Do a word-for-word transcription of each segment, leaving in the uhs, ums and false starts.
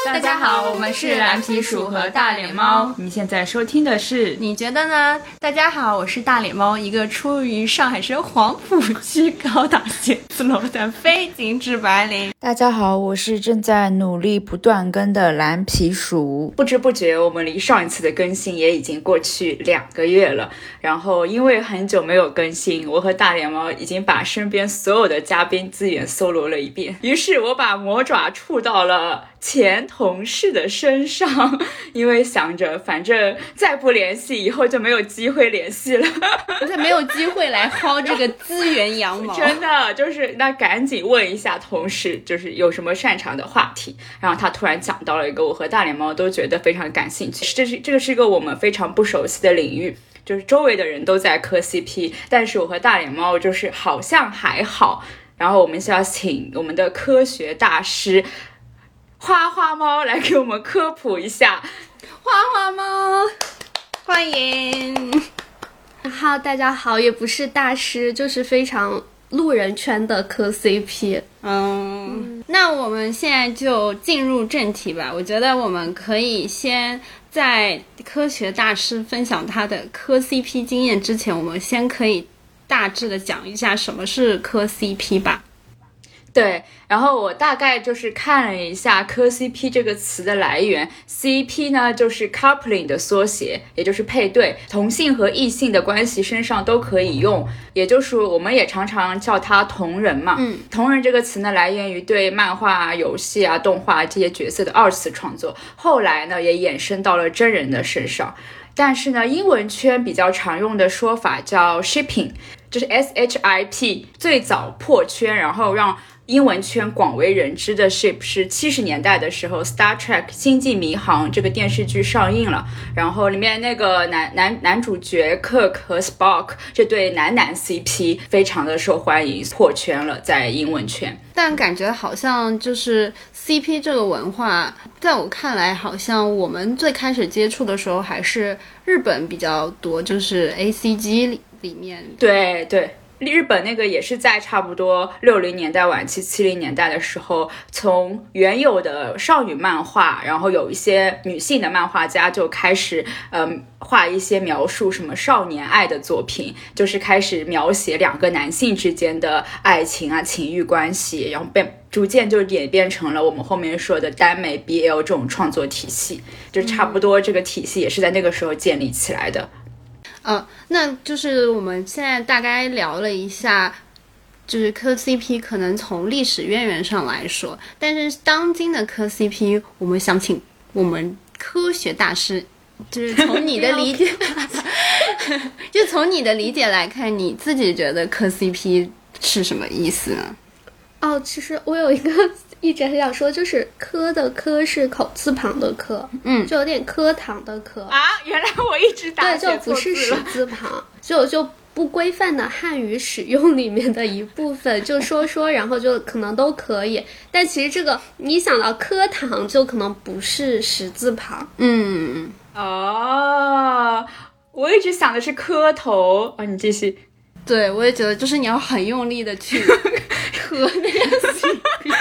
大家好，我们是蓝皮鼠和大脸猫。 你现在收听的是你觉得呢？大家好，我是大脸猫，一个出于上海市黄浦区高档写字楼的非精致白领。 大家好，我是正在努力不断更的蓝皮鼠。 不知不觉我们离上一次的更新也已经过去两个月了，然后因为很久没有更新，我和大脸猫已经把身边所有的嘉宾资源搜罗了一遍，于是我把魔爪触到了前同事的身上，因为想着反正再不联系以后就没有机会联系了， 他没有机会来薅这个资源羊毛。 真的就是那赶紧问一下同事，就是有什么擅长的话题。然后他突然讲到了一个我和大脸猫都觉得非常感兴趣，这是这个是一个我们非常不熟悉的领域，就是周围的人都在磕 C P， 但是我和大脸猫就是好像还好。然后我们需要请我们的科学大师花花猫来给我们科普一下。 花花猫欢迎。 哈，大家好，也不是大师，就是非常路人圈的磕 C P。 嗯, 嗯那我们现在就进入正题吧。我觉得我们可以先在科学大师分享他的磕 C P 经验之前，我们先可以大致的讲一下什么是磕 C P 吧。 对，然后我大概就是看了一下磕 C P 这个词的来源。 C P 呢就是 coupling 的缩写，也就是配对，同性和异性的关系身上都可以用，也就是我们也常常叫它同人嘛。 嗯， 同人这个词呢来源于对漫画啊、游戏啊、动画这些角色的二次创作，后来呢也衍生到了真人的身上。但是呢英文圈比较常用的说法叫 shipping， 就是 S H I P。 最早破圈然后让英文圈广为人知的 ship 是七十年代的时候 Star Trek 星际迷航这个电视剧上映了，然后里面那个男男男主角 Kirk 和 Spock 这对男男 C P 非常的受欢迎，破圈了在英文圈。 但感觉好像就是 C P 这个文化，在我看来好像我们最开始接触的时候还是日本比较多，就是 A C G 里, 里面。 对对，日本那个也是在差不多六零年代晚期七零年代的时候，从原有的少女漫画，然后有一些女性的漫画家就开始嗯画一些描述什么少年爱的作品，就是开始描写两个男性之间的爱情啊、情欲关系，然后被逐渐就演变成了我们后面说的耽美 B L 这种创作体系，就差不多这个体系也是在那个时候建立起来的。 呃，那就是我们现在大概聊了一下，就是磕 C P 可能从历史渊源上来说，但是当今的磕 C P， 我们想请我们科学大师，就是从你的理解，就从你的理解来看，你自己觉得磕 C P 是什么意思呢？ 哦，其实我有一个一直很想说，就是磕的磕是口字旁的磕， 嗯， 就有点磕糖的磕啊。原来我一直打对，就不是石字旁，就就不规范的汉语使用里面的一部分，就说说，然后就可能都可以。但其实这个你想到磕糖，就可能不是石字旁。 嗯， 哦，我一直想的是磕头啊。你继续。 对，我也觉得就是你要很用力的去磕那个 C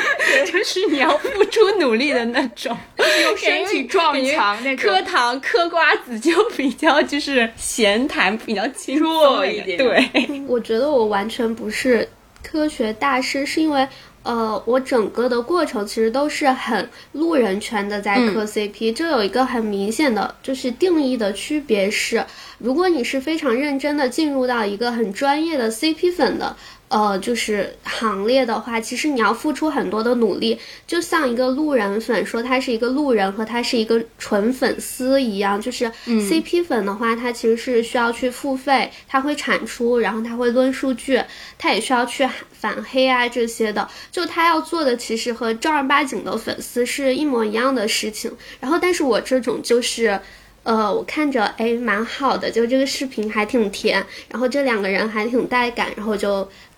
P， 就是你要付出努力的那种， 用身体撞墙那种。 磕糖磕瓜子就比较就是闲谈，比较轻松一点。 对， 我觉得我完全不是科学大师，是因为呃，我整个的过程其实都是很路人圈的在磕 C P，嗯，这有一个很明显的就是定义的区别是，如果你是非常认真的进入到一个很专业的 C P 粉的呃，就是行列的话，其实你要付出很多的努力，就像一个路人粉说他是一个路人和他是一个纯粉丝一样，就是 C P 粉的话，他其实是需要去付费，他会产出，然后他会论数据，他也需要去反黑啊这些的，就他要做的其实和正儿八经的粉丝是一模一样的事情。然后但是我这种就是呃，我看着哎蛮好的，就这个视频还挺甜，然后这两个人还挺带感，然后就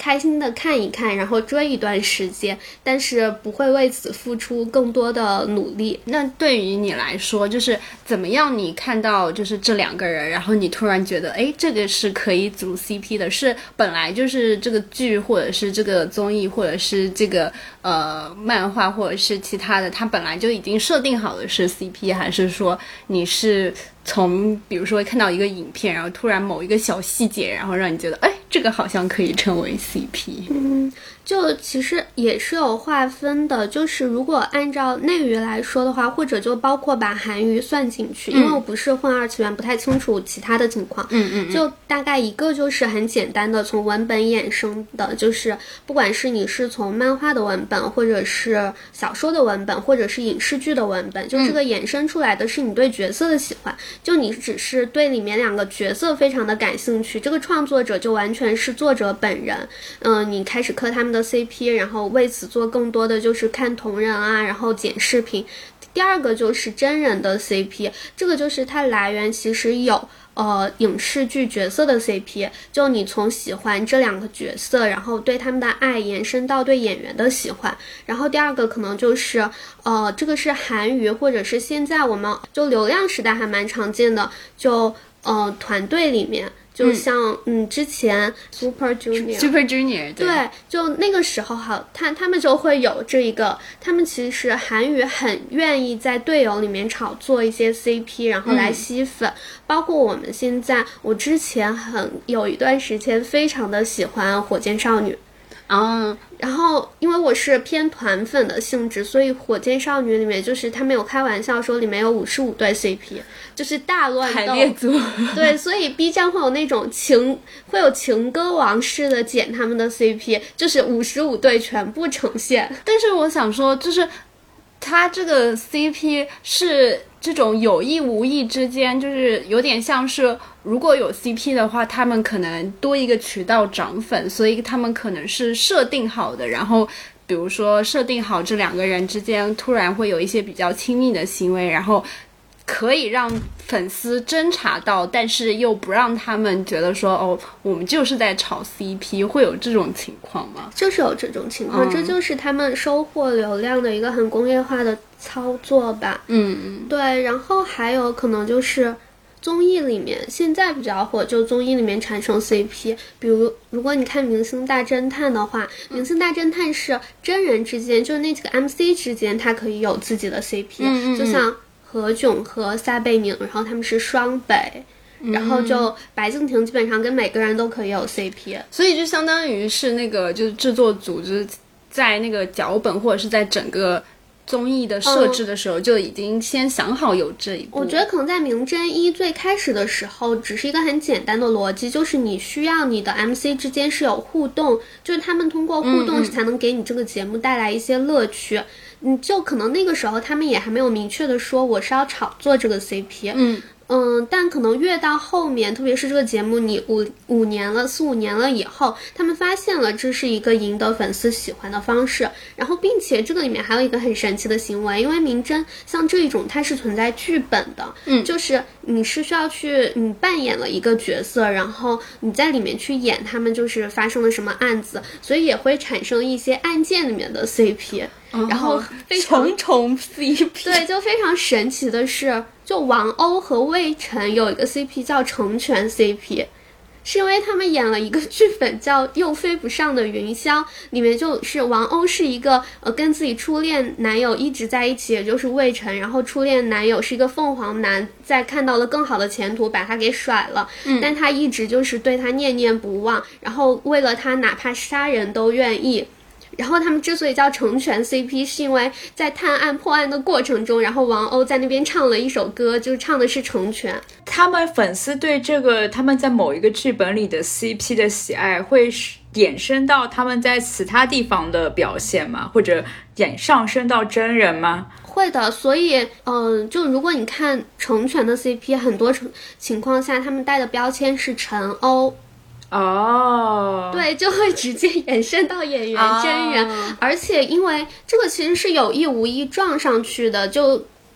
开心的看一看，然后追一段时间，但是不会为此付出更多的努力。 那对于你来说，就是怎么样你看到就是这两个人，然后你突然觉得哎，这个是可以组 C P 的，是本来就是这个剧或者是这个综艺或者是这个呃漫画或者是其他的，它本来就已经设定好的是 C P， 还是说你是从比如说看到一个影片，然后突然某一个小细节，然后让你觉得哎，这个好像可以成为 C P？ 嗯，就其实也是有划分的，就是如果按照内娱来说的话，或者就包括把韩娱算进去， 嗯、 因为我不是混二次元，不太清楚其他的情况。 嗯嗯， 就大概一个就是很简单的从文本衍生的，就是不管是你是从漫画的文本，或者是小说的文本，或者是影视剧的文本，就这个衍生出来的是你对角色的喜欢。嗯，就你只是对里面两个角色非常的感兴趣，这个创作者就完全是作者本人。嗯、呃，你开始磕他们的 C P， 然后为此做更多的就是看同人啊，然后剪视频。第二个就是真人的 C P， 这个就是它来源其实有呃影视剧角色的 C P， 就你从喜欢这两个角色，然后对他们的爱延伸到对演员的喜欢。然后第二个可能就是呃这个是韩娱或者是现在我们就流量时代还蛮常见的，就呃团队里面就像 嗯, 嗯之前 Super Junior Super Junior 对, 对就那个时候好他他们就会有这一个，他们其实韩娱很愿意在队友里面炒作一些 C P， 然后来吸粉、嗯、包括我们现在，我之前很有一段时间非常的喜欢火箭少女嗯， 然后因为我是偏团粉的性质，所以火箭少女里面就是他们有开玩笑说里面有五十五对 C P， 就是大乱斗排列组对，所以 B 站会有那种情会有情歌王式的剪他们的 C P， 就是五十五对全部呈现。 但是我想说就是他这个 C P 是这种有意无意之间，就是有点像是如果有 C P 的话，他们可能多一个渠道涨粉，所以他们可能是设定好的，然后比如说设定好这两个人之间突然会有一些比较亲密的行为，然后可以让粉丝侦查到，但是又不让他们觉得说哦，我们就是在炒 C P， 会有这种情况吗？ 就是有这种情况、嗯、这就是他们收获流量的一个很工业化的操作吧。 嗯嗯， 对，然后还有可能就是综艺里面现在比较火，就综艺里面产生 C P， 比如如果你看明星大侦探的话，明星大侦探是真人之间，就是那几个 M C 之间他可以有自己的 C P， 嗯嗯嗯， 就像何炅和撒贝宁，然后他们是双北，然后就白敬亭基本上跟每个人都可以有 C P， 所以就相当于是那个就是制作组就是在那个脚本或者是在整个综艺的设置的时候、嗯、就已经先想好有这一步。 我觉得可能在明侦一最开始的时候只是一个很简单的逻辑，就是你需要你的 M C 之间是有互动，就是他们通过互动才能给你这个节目带来一些乐趣。嗯嗯，就可能那个时候他们也还没有明确的说我是要炒作这个 C P。 嗯嗯，但可能越到后面，特别是这个节目你五五年了四五年了以后，他们发现了这是一个赢得粉丝喜欢的方式，然后并且这个里面还有一个很神奇的行为，因为明侦像这一种它是存在剧本的， 嗯， 就是你是需要去你扮演了一个角色，然后你在里面去演他们就是发生了什么案子，所以也会产生一些案件里面的 C P。然后非常重重 C P， 对，就非常神奇的是，就王鸥和魏晨有一个 C P 叫成全 C P， 是因为他们演了一个剧本叫《又飞不上的云霄》，里面就是王鸥是一个呃跟自己初恋男友一直在一起，也就是魏晨，然后初恋男友是一个凤凰男，在看到了更好的前途把他给甩了， 嗯， 但他一直就是对他念念不忘，然后为了他哪怕杀人都愿意。然后他们之所以叫成全 C P， 是因为在探案破案的过程中，然后王鸥在那边唱了一首歌，就唱的是成全。 他们粉丝对这个他们在某一个剧本里的 C P 的喜爱会衍生到他们在其他地方的表现吗？或者衍上升到真人吗？ 会的，所以嗯、呃，就如果你看成全的 C P， 很多情况下他们带的标签是陈欧。 哦、 oh. 对，就会直接延伸到演员真人、oh. 而且因为这个其实是有意无意撞上去的，就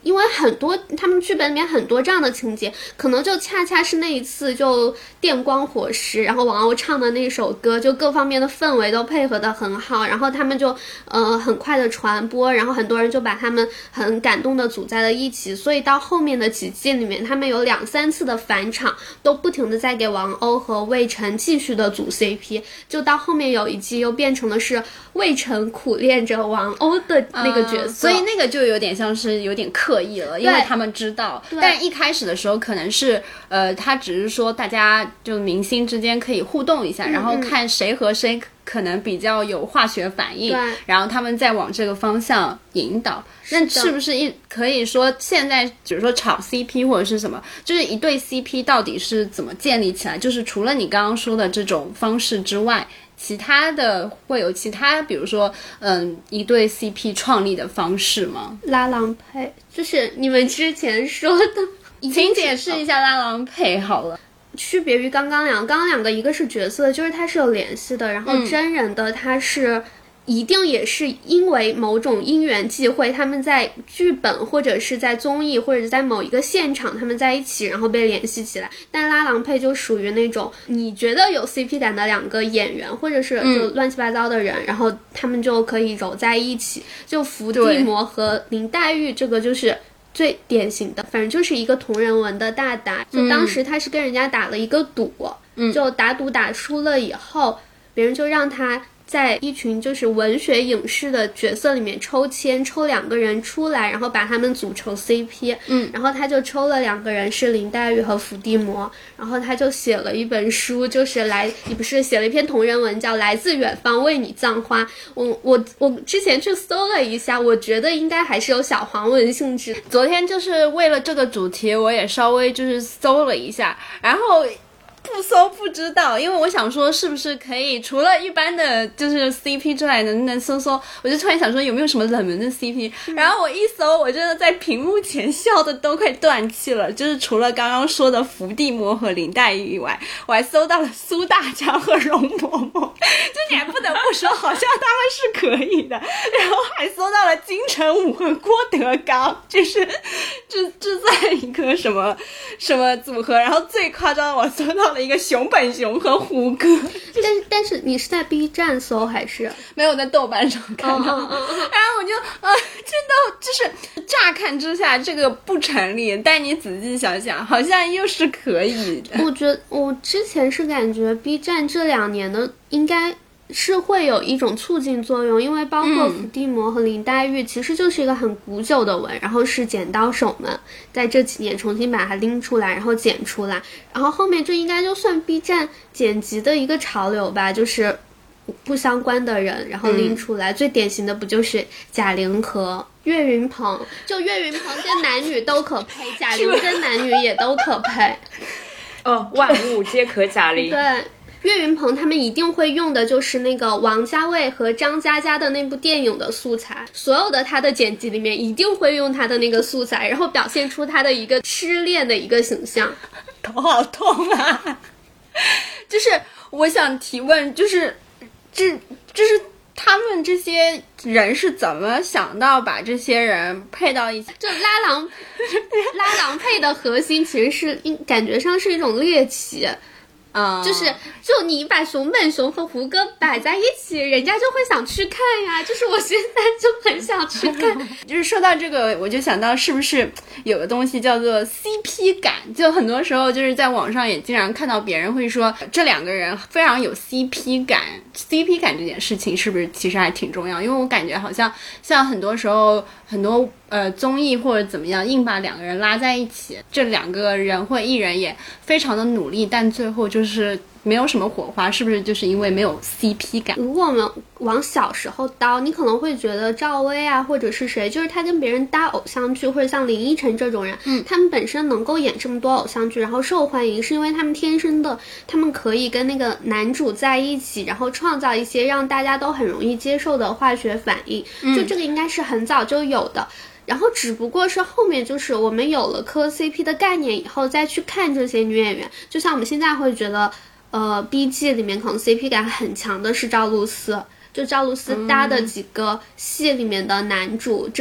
因为很多他们剧本里面很多这样的情节，可能就恰恰是那一次就电光火石，然后王鸥唱的那首歌，就各方面的氛围都配合得很好，然后他们就呃很快的传播，然后很多人就把他们很感动的组在了一起，所以到后面的几季里面，他们有两三次的返场，都不停的在给王鸥和魏晨继续的组 C P， 就到后面有一季又变成了是魏晨苦练着王鸥的那个角色、嗯、 所以那个就有点像是有点刻意了，因为他们知道，但一开始的时候可能是呃，他只是说大家就明星之间可以互动一下、嗯、然后看谁和谁可能比较有化学反应，然后他们再往这个方向引导。那是不是一可以说现在比如说炒 C P 或者是什么，就是一对 C P 到底是怎么建立起来，就是除了你刚刚说的这种方式之外，其他的会有其他比如说嗯一对 C P 创立的方式吗？ 拉郎配就是你们之前说的， 请解释一下拉郎配好了。 区别于刚刚两个，刚刚两个一个是角色，就是它是有联系的，然后真人的它是一定也是因为某种因缘际会，他们在剧本或者是在综艺或者是在某一个现场他们在一起，然后被联系起来。但拉郎配就属于那种你觉得有 C P 感的两个演员或者是就乱七八糟的人、嗯、然后他们就可以揉在一起，就伏地魔和林黛玉这个就是最典型的，反正就是一个同人文的大打，就当时他是跟人家打了一个赌、嗯、就打赌打输了以后，别人就让他在一群就是文学影视的角色里面抽签，抽两个人出来，然后把他们组成 C P。 嗯，然后他就抽了两个人是林黛玉和伏地魔，然后他就写了一本书，就是来也不是写了一篇同人文叫《来自远方为你葬花》。我我我之前去搜了一下，我觉得应该还是有小黄文性质。 昨天就是为了这个主题我也稍微就是搜了一下，然后不搜不知道，因为我想说是不是可以除了一般的就是 C P 之外能不能搜搜，我就突然想说有没有什么冷门的 C P、嗯、然后我一搜我真的在屏幕前笑的都快断气了，就是除了刚刚说的伏地魔和林黛玉以外，我还搜到了苏大强和容嬷嬷，就你还不得不说好像他们是可以的，然后还搜到了金城武和郭德纲，就是这这在一个什么什么组合，然后最夸张的我搜到了一个熊本熊和胡歌。 但但是你是在 B 站搜还是没有在豆瓣上看到、oh, oh, oh, oh. 然后我就呃，真的就是乍看之下这个不成立，但你仔细想想好像又是可以的。 我觉得我之前是感觉 B 站这两年的应该是会有一种促进作用，因为包括伏地魔和林黛玉其实就是一个很古久的文、嗯、然后是剪刀手们在这几年重新把它拎出来然后剪出来，然后后面这应该就算 B 站剪辑的一个潮流吧，就是不相关的人然后拎出来、嗯、最典型的不就是贾玲和岳云鹏，就岳云鹏跟男女都可配贾玲跟男女也都可配哦，万物皆可贾玲。 对，岳云鹏他们一定会用的就是那个王家卫和张嘉佳的那部电影的素材，所有的他的剪辑里面一定会用他的那个素材，然后表现出他的一个失恋的一个形象。 头好痛啊！就是我想提问，就是这就是他们这些人是怎么想到把这些人配到一起？ 就拉郎拉郎配的核心其实是感觉上是一种猎奇。 嗯， 就是就你把熊本熊和胡歌摆在一起，人家就会想去看呀，就是我现在就很想去看。 就是说到这个我就想到是不是有个东西叫做 C P 感，就很多时候就是在网上也经常看到别人会说这两个人非常有 C P 感， C P 感这件事情是不是其实还挺重要，因为我感觉好像像很多时候很多呃综艺或者怎么样硬把两个人拉在一起，这两个人或艺人也非常的努力，但最后就是没有什么火花，是不是就是因为没有 C P 感？ 如果我们往小时候刀，你可能会觉得赵薇啊或者是谁，就是他跟别人搭偶像剧，或者像林依晨这种人，嗯，他们本身能够演这么多偶像剧然后受欢迎，是因为他们天生的他们可以跟那个男主在一起，然后创造一些让大家都很容易接受的化学反应，就这个应该是很早就有的。然后只不过是后面就是我们有了磕 C P 的概念以后再去看这些女演员，就像我们现在会觉得呃 B 季里面可能 C P 感很强的是赵露思，就赵露思搭的几个戏里面的男主、嗯、这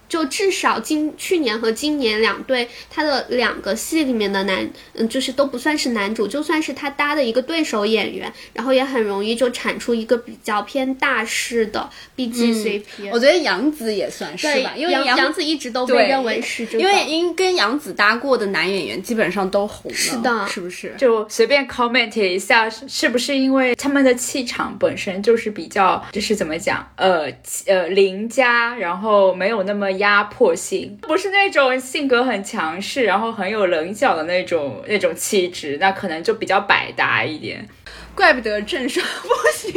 就至少今去年和今年两对他的两个戏里面的男，嗯，就是都不算是男主，就算是他搭的一个对手演员，然后也很容易就产出一个比较偏大师的 B G C P。 嗯、我觉得杨紫也算是吧，因为杨杨紫一直都被认为是这个， 因为因跟杨紫搭过的男演员基本上都红了， 是的， 是不是？ 就随便 comment 一下，是不是因为他们的气场本身就是比较，就是怎么讲，呃呃邻家，然后没有那么压迫性，不是那种性格很强势，然后很有棱角的那种那种气质，那可能就比较百搭一点。 怪不得郑爽不选。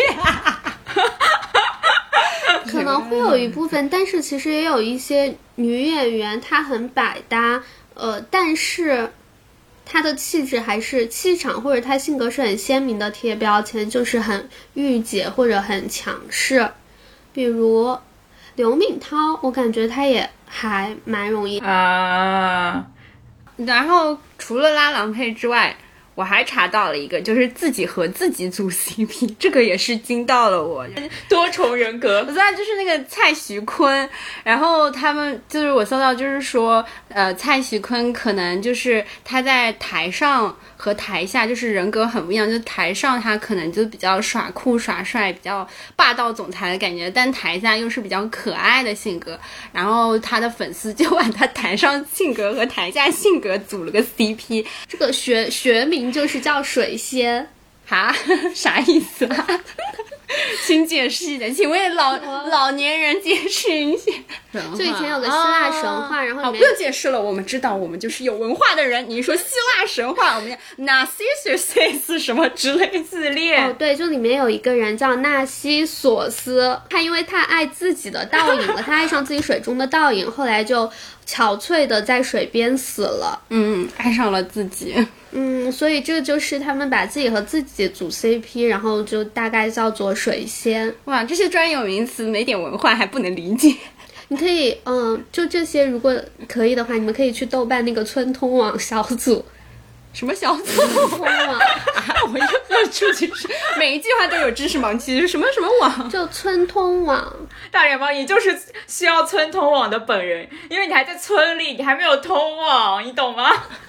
可能会有一部分，但是其实也有一些女演员她很百搭，呃，但是她的气质还是气场或者她性格是很鲜明的贴标签，就是很御姐或者很强势。比如刘敏涛，我感觉她也还蛮容易啊。 然后除了拉郎配之外，我还查到了一个，就是自己和自己组 C P， 这个也是惊到了我， 多重人格。 我知道就是那个蔡徐坤，然后他们就是我搜到就是说，呃，蔡徐坤可能就是他在台上和台下就是人格很不一样，就是台上他可能就比较耍酷耍帅，比较霸道总裁的感觉，但台下又是比较可爱的性格，然后他的粉丝就把他台上性格和台下性格组了个 C P， 这个学学名就是叫水仙。 哈，啥意思啊？请解释一下，请为老老年人解释一下。 就以前有个希腊神话， 啊、 然后好，不用解释了，我们知道，我们就是有文化的人。你说希腊神话，我们 Narcissus 什么之类自恋。 哦，对，就里面有一个人叫纳西索斯，他因为太爱自己的倒影了，他爱上自己水中的倒影，后来就憔悴的在水边死了。 嗯，爱上了自己。 嗯，所以这个就是他们把自己和自己组 C P， 然后就大概叫做水仙。 哇，这些专有名词没点文化还不能理解。 你可以，嗯，就这些，如果可以的话，你们可以去豆瓣那个村通网小组。 什么小组？村通网啊！我又要出去是每一句话都有知识盲区，什么什么网？ 就村通网。 大脸猫，你就是需要村通网的本人，因为你还在村里，你还没有通网，你懂吗？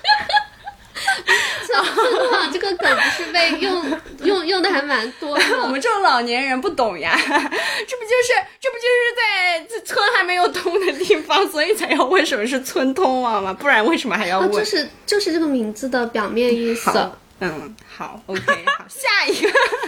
村通网这个梗不是被用用用的还蛮多的。 我们这种老年人不懂呀，这不就是这不就是在村还没有通的地方，所以才要问什么是村通网吗？不然为什么还要问？ 哦、就是就是这个名字的表面意思。 嗯，好 ，OK， 好，下一个。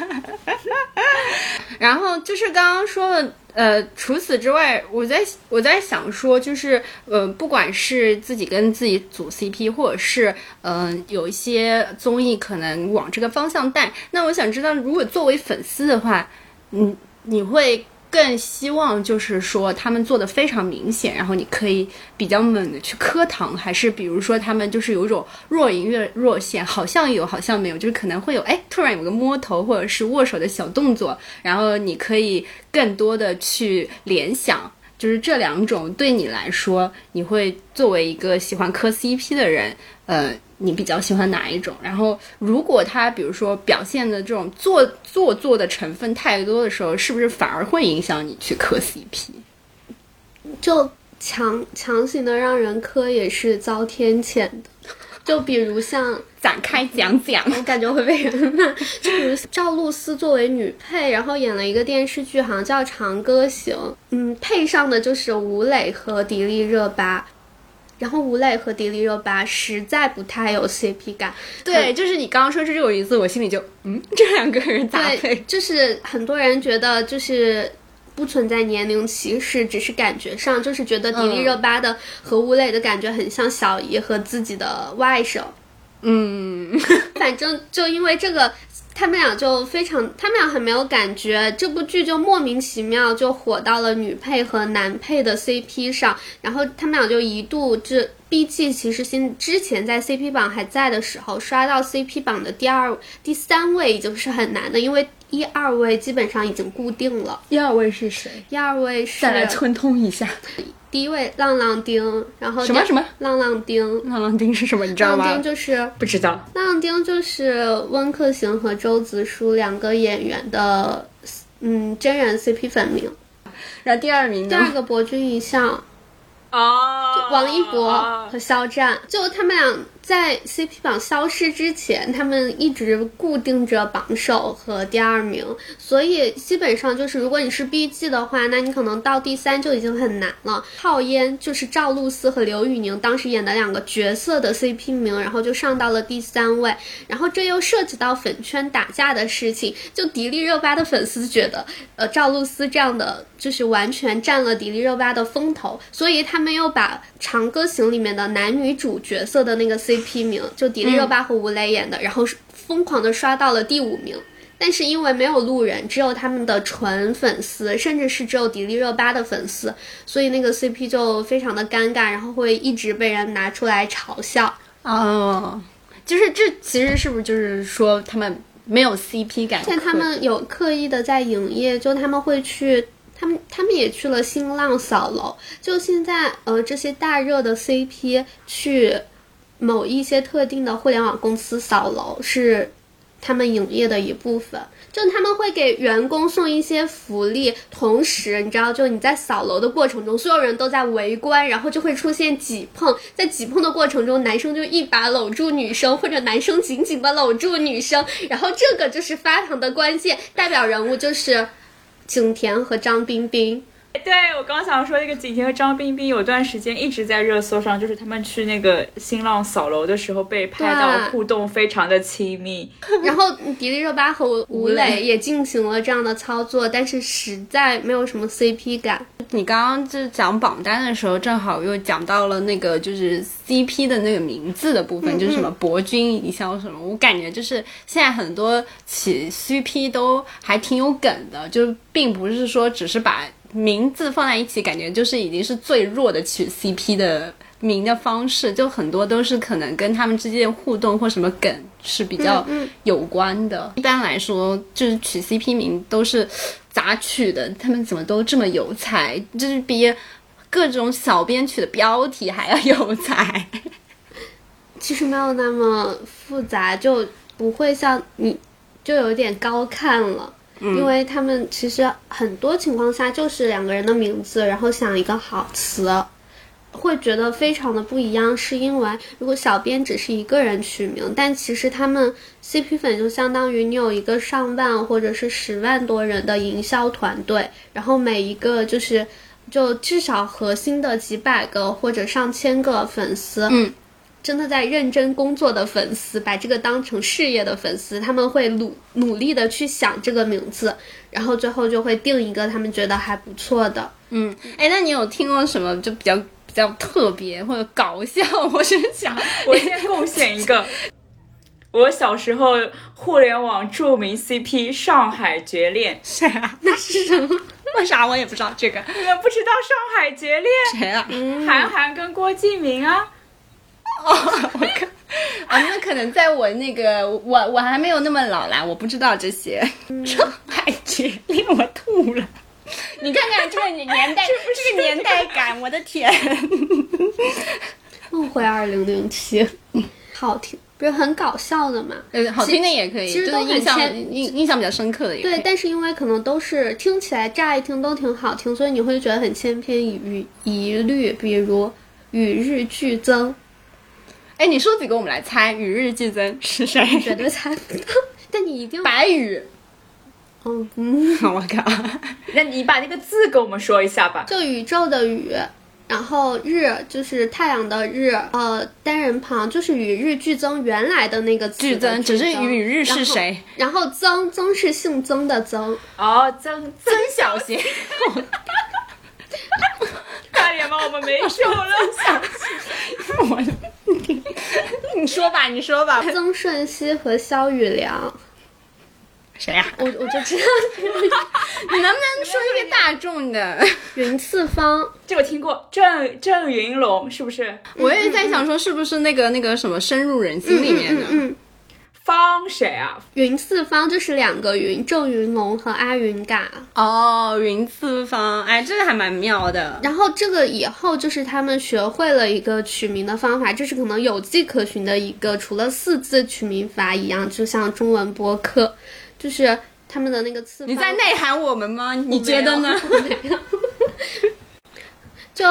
然后就是刚刚说的，呃，除此之外，我在我在想说，就是呃，不管是自己跟自己组 C P， 或者是嗯、呃，有一些综艺可能往这个方向带，那我想知道，如果作为粉丝的话，你你会更希望就是说他们做的非常明显，然后你可以比较猛的去磕糖，还是比如说他们就是有一种若隐若若现，好像有好像没有，就是可能会有哎突然有个摸头或者是握手的小动作，然后你可以更多的去联想，就是这两种对你来说，你会作为一个喜欢磕 C P 的人，呃你比较喜欢哪一种？然后如果他比如说表现的这种做做作的成分太多的时候，是不是反而会影响你去磕 C P？ 就强强行的让人磕也是遭天谴的。就比如像展开讲讲， 我感觉会被人骂。就比如赵露思作为女配，然后演了一个电视剧，好像叫《长歌行》，嗯，配上的就是吴磊和迪丽热巴。然后吴磊和迪丽热巴实在不太有 C P 感。 对，就是你刚刚说这个意思，我心里就嗯，这两个人搭配， 就是很多人觉得就是不存在年龄歧视，只是感觉上就是觉得迪丽热巴的和吴磊的感觉很像小姨和自己的外甥。 嗯， 反正就因为这个，他们俩就非常，他们俩很没有感觉，这部剧就莫名其妙就火到了女配和男配的 C P 上，然后他们俩就一度这 B G 其实新之前在 C P 榜还在的时候，刷到 C P 榜的第二、第三位已经是很难的，因为一二位基本上已经固定了。 一二位是谁？ 一二位是再来村通一下。 第一位浪浪丁，然后什么什么浪浪丁， 浪浪丁是什么？你知道吗？ 浪浪丁就是不知道。 浪浪丁就是温客行和周子舒两个演员的，嗯，真人 C P 粉名。 然后第二名呢？ 第二个博君一笑。 哦， 王一博和肖战，就他们俩在 C P 榜消失之前，他们一直固定着榜首和第二名，所以基本上就是如果你是 B 季的话，那你可能到第三就已经很难了。浩烟就是赵露思和刘宇宁当时演的两个角色的 C P 名，然后就上到了第三位，然后这又涉及到粉圈打架的事情，就迪丽热巴的粉丝觉得呃赵露思这样的就是完全占了迪丽热巴的风头，所以他们又把长歌行里面的男女主角色的那个 C P 名，就迪丽热巴和吴磊演的，嗯、然后疯狂的刷到了第五名。但是因为没有路人，只有他们的纯粉丝，甚至是只有迪丽热巴的粉丝，所以那个 C P 就非常的尴尬，然后会一直被人拿出来嘲笑。 哦，就是这其实是不是就是说他们没有 C P 感？ 但他们有刻意的在营业，就他们会去。他们他们也去了新浪扫楼，就现在呃这些大热的 C P 去某一些特定的互联网公司扫楼是他们营业的一部分，就他们会给员工送一些福利，同时你知道就你在扫楼的过程中所有人都在围观，然后就会出现挤碰，在挤碰的过程中男生就一把搂住女生，或者男生紧紧的搂住女生，然后这个就是发糖的关键，代表人物就是景甜和张彬彬。 对，我刚想说这个景甜和张彬彬有段时间一直在热搜上，就是他们去那个新浪扫楼的时候被拍到互动非常的亲密。 然后迪丽热巴和吴磊也进行了这样的操作，但是实在没有什么 C P 感。 你刚刚就讲榜单的时候，正好又讲到了那个就是 C P 的那个名字的部分，嗯嗯就是什么博君一笑什么，我感觉就是现在很多起 C P 都还挺有梗的，就并不是说只是把名字放在一起，感觉就是已经是最弱的取 C P 的名的方式，就很多都是可能跟他们之间互动或什么梗是比较有关的。嗯嗯一般来说，就是取 C P 名都是咋取的？他们怎么都这么有才？就是比各种小编取的标题还要有才。 其实没有那么复杂，就不会像你就有点高看了。嗯、因为他们其实很多情况下就是两个人的名字，然后想一个好词，会觉得非常的不一样，是因为如果小编只是一个人取名，但其实他们 C P 粉就相当于你有一个上万或者是十万多人的营销团队，然后每一个就是就至少核心的几百个或者上千个粉丝， 嗯。 真的在认真工作的粉丝，把这个当成事业的粉丝，他们会努努力的去想这个名字，然后最后就会定一个他们觉得还不错的。 嗯，哎，那你有听过什么就比较比较特别或者搞笑？我是想， 我先贡献一个，我小时候互联网著名 C P 上海绝恋。 谁啊？ 那是什么？ 为啥我也不知道这个？ 你们不知道上海绝恋？ 谁啊？ 嗯、韩寒跟郭敬明啊。 哦，我看，啊，那可能在我那个我我还没有那么老啦，我不知道这些。上海绝恋，我吐了。你看看这个年代，这个年代感，我的天！ 梦回二零零七，好听，不是很搞笑的嘛？ 呃，好听的也可以， 其实都就是印象印印象比较深刻的也可以。 对，但是因为可能都是听起来乍一听都挺好听，所以你会觉得很千篇一一律。比如与日俱增。 哎，你说几个我们来猜？与日俱增是谁？ 绝对猜不到，但你一定白宇。 哦，嗯， 我靠！ 那你把那个字给我们说一下吧。 就宇宙的宇，然后日就是太阳的日，呃，单人旁就是与日俱增原来的那个字俱增，只是与日是谁？ 然后曾曾是姓曾的曾。 哦，曾曾小贤。 快点吧，我们没手了。 我。你说吧，你说吧。 曾舜晞和萧宇良， 谁呀、啊？ 我我就知道。 你能不能说一个大众的？ 云次方， 这我听过。郑郑云龙是不是？ 我也在想说，是不是那个那个什么深入人心里面的？ 嗯嗯嗯方谁啊？ 云次方就是两个云，郑云龙和阿云嘎。 哦，云次方，哎，这个还蛮妙的。 然后这个以后就是他们学会了一个取名的方法，这是可能有迹可循的一个，除了四字取名法一样，就像中文播客，就是他们的那个次方。 你在内涵我们吗？你觉得呢？ 就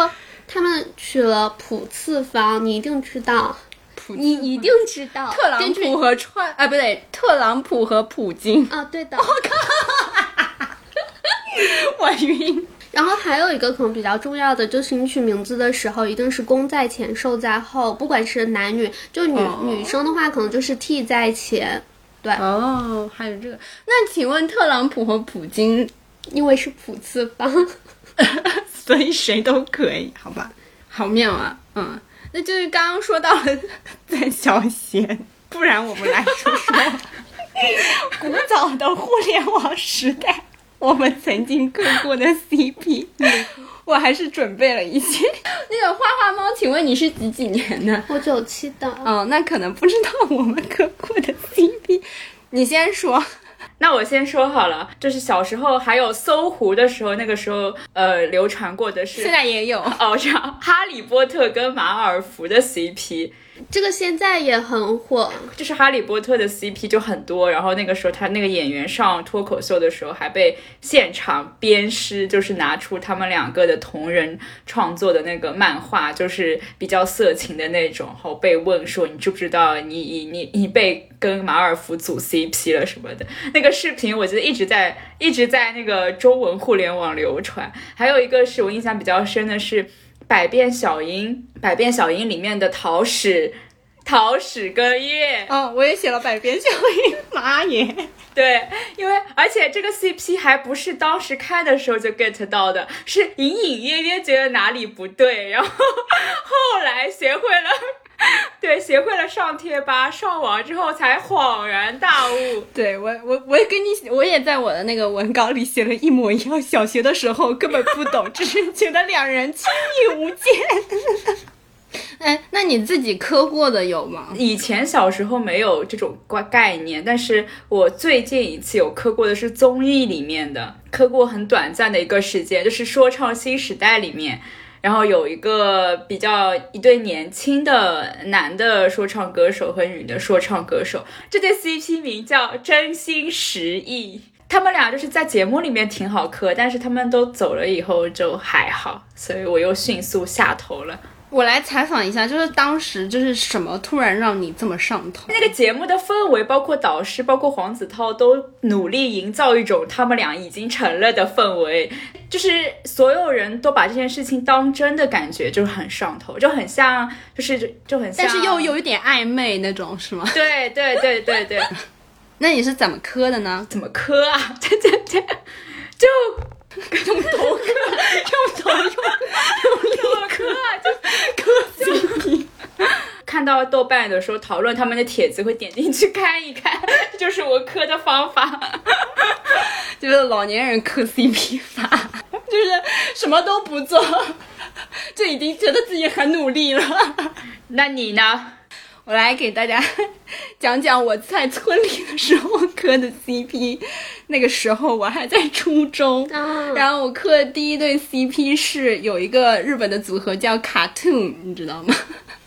他们取了普次方，你一定知道，你一定知道， 特朗普和川啊，不对，特朗普和普京啊，对的。 我靠，我晕。 然后还有一个可能比较重要的，就是你取名字的时候一定是公在前受在后，不管是男女，就女、哦、女生的话可能就是 T 在前。对哦，还有这个。那请问特朗普和普京， 因为是普次方所以谁都可以，好吧？好妙啊。嗯，那就是刚刚说到了在小贤，不然我们来说说古早的互联网时代我们曾经磕过的 C P。 我还是准备了一些。那个花花猫，请问你是几几年的？ 我九七的。 哦，那可能不知道我们磕过的 C P。 你先说。 那我先说好了，就是小时候还有搜狐的时候，那个时候呃流传过的是， 现在也有哦，这样哈利波特跟马尔福的 C P， 这个现在也很火， 就是哈利波特的 C P 就很多，然后那个时候他那个演员上脱口秀的时候还被现场鞭尸，就是拿出他们两个的同人创作的那个漫画，就是比较色情的那种，然后被问说你知不知道你你你你被跟马尔福组 C P 了什么的，那个视频我觉得一直在一直在那个中文互联网流传。还有一个是我印象比较深的是百变小樱，百变小樱里面的桃矢桃矢跟月。 哦，我也写了百变小樱，妈耶。 对，因为而且这个 C P 还不是当时看的时候就 get 到的，是隐隐约约觉得哪里不对，然后后来学会了对，学会了上贴吧上网之后才恍然大悟。 对，我我我也跟你，我也在我的那个文稿里写了一模一样，小学的时候根本不懂，只是觉得两人亲密无间。哎，那你自己磕过的有吗？ 以前小时候没有这种概念，但是我最近一次有磕过的是综艺里面的，磕过很短暂的一个时间，就是说唱新时代里面，然后有一个比较一对年轻的男的说唱歌手和女的说唱歌手，这对 C P 名叫真心实意。他们俩就是在节目里面挺好磕，但是他们都走了以后就还好，所以我又迅速下头了。 我来采访一下，就是当时就是什么突然让你这么上头？ 那个节目的氛围，包括导师，包括黄子韬都努力营造一种他们俩已经成了的氛围，就是所有人都把这件事情当真的感觉，就是很上头，就很像，就是就就很像， 但是又有一点暧昧那种，是吗？ 对对对对对。 那你是怎么磕的呢？ 怎么磕啊？对对对，就。 用头磕，用头用用力磕，就磕 C P。 看到豆瓣的时候讨论他们的帖子，会点进去看一看，这就是我磕的方法， 就是老年人磕 C P 法，就是什么都不做，就已经觉得自己很努力了。 那你呢？ 我来给大家讲讲我在村里的时候磕的 C P。那个时候我还在初中，啊、然后我磕的第一对 C P 是有一个日本的组合叫 Cartoon， 你知道吗？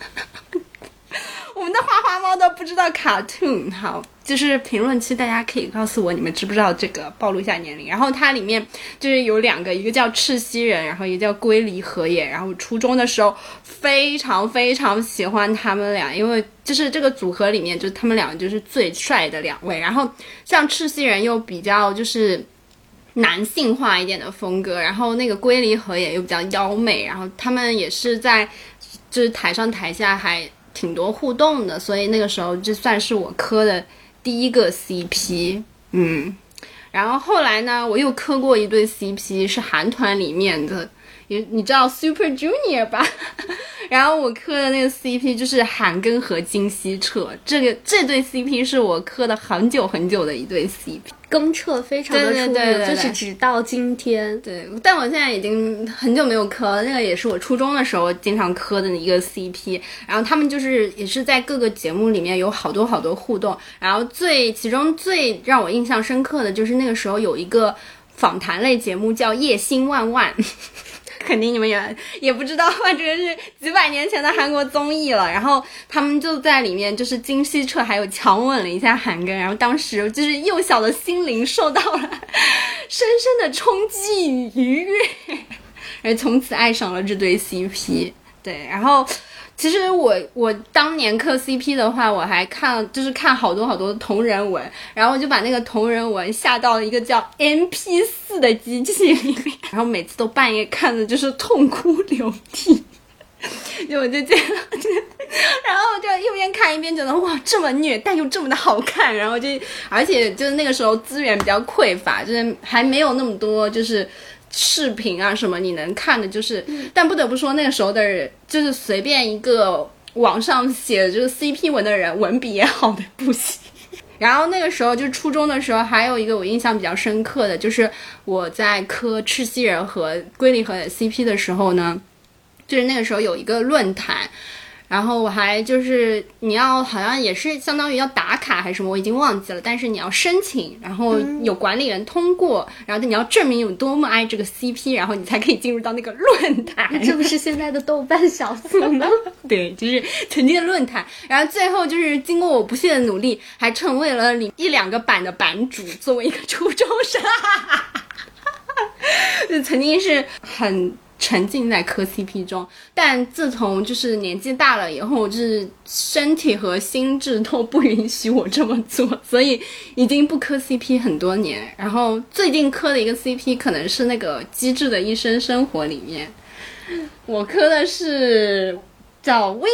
我们的花花猫都不知道 Cartoon。 好，就是评论区大家可以告诉我你们知不知道这个，暴露一下年龄。然后它里面就是有两个，一个叫赤西仁，然后一个叫龟梨和也。然后初中的时候非常非常喜欢他们俩，因为就是这个组合里面就他们俩就是最帅的两位。然后像赤西仁又比较就是男性化一点的风格，然后那个龟梨和也又比较妖媚，然后他们也是在就是台上台下还挺多互动的，所以那个时候就算是我磕的第一个 C P。 嗯，然后后来呢我又磕过一对 C P， 是韩团里面的，你知道 Super Junior 吧？然后我磕的那个 C P 就是韩庚和金希澈，这个这对 C P 是我磕的很久很久的一对 C P。 庚澈非常的出名， 对对对对对， 就是直到今天。 对，但我现在已经很久没有磕了，那个也是我初中的时候经常磕的一个 C P。然后他们就是也是在各个节目里面有好多好多互动，然后最其中最让我印象深刻的就是那个时候有一个访谈类节目叫《叶星万万》。肯定你们也也不知道吧，这个是几百年前的韩国综艺了。然后他们就在里面就是金希澈还有强吻了一下韩庚，然后当时就是幼小的心灵受到了深深的冲击与愉悦。 而从此爱上了这对 C P。 对，然后其实我我当年磕 C P 的话，我还看就是看好多好多同人文，然后我就把那个同人文下到了一个叫 M P 四 的机器里面，然后每次都半夜看的就是痛哭流涕。就我就这样，然后就一边看一边觉得哇这么虐，但又这么的好看，然后就而且就是那个时候资源比较匮乏，就是还没有那么多就是视频啊什么你能看的，就是、嗯、但不得不说那个时候的人就是随便一个网上写就是 C P 文的人文笔也好的不行。然后那个时候就初中的时候还有一个我印象比较深刻的，就是我在磕赤西仁和龟梨和的 C P 的时候呢，就是那个时候有一个论坛，然后我还就是你要好像也是相当于要打卡还是什么我已经忘记了，但是你要申请，然后有管理员通过、嗯、然后你要证明有多么爱这个 C P， 然后你才可以进入到那个论坛。 这不是现在的豆瓣小组吗？ 对，就是曾经的论坛，然后最后就是经过我不懈的努力还成为了一两个版的版主，作为一个初中生就曾经是很沉浸在磕 C P 中，但自从就是年纪大了以后，就是身体和心智都不允许我这么做，所以已经不磕 C P 很多年。然后最近磕的一个 C P 可能是那个《机智的医生生活》里面，我磕的是叫 Winter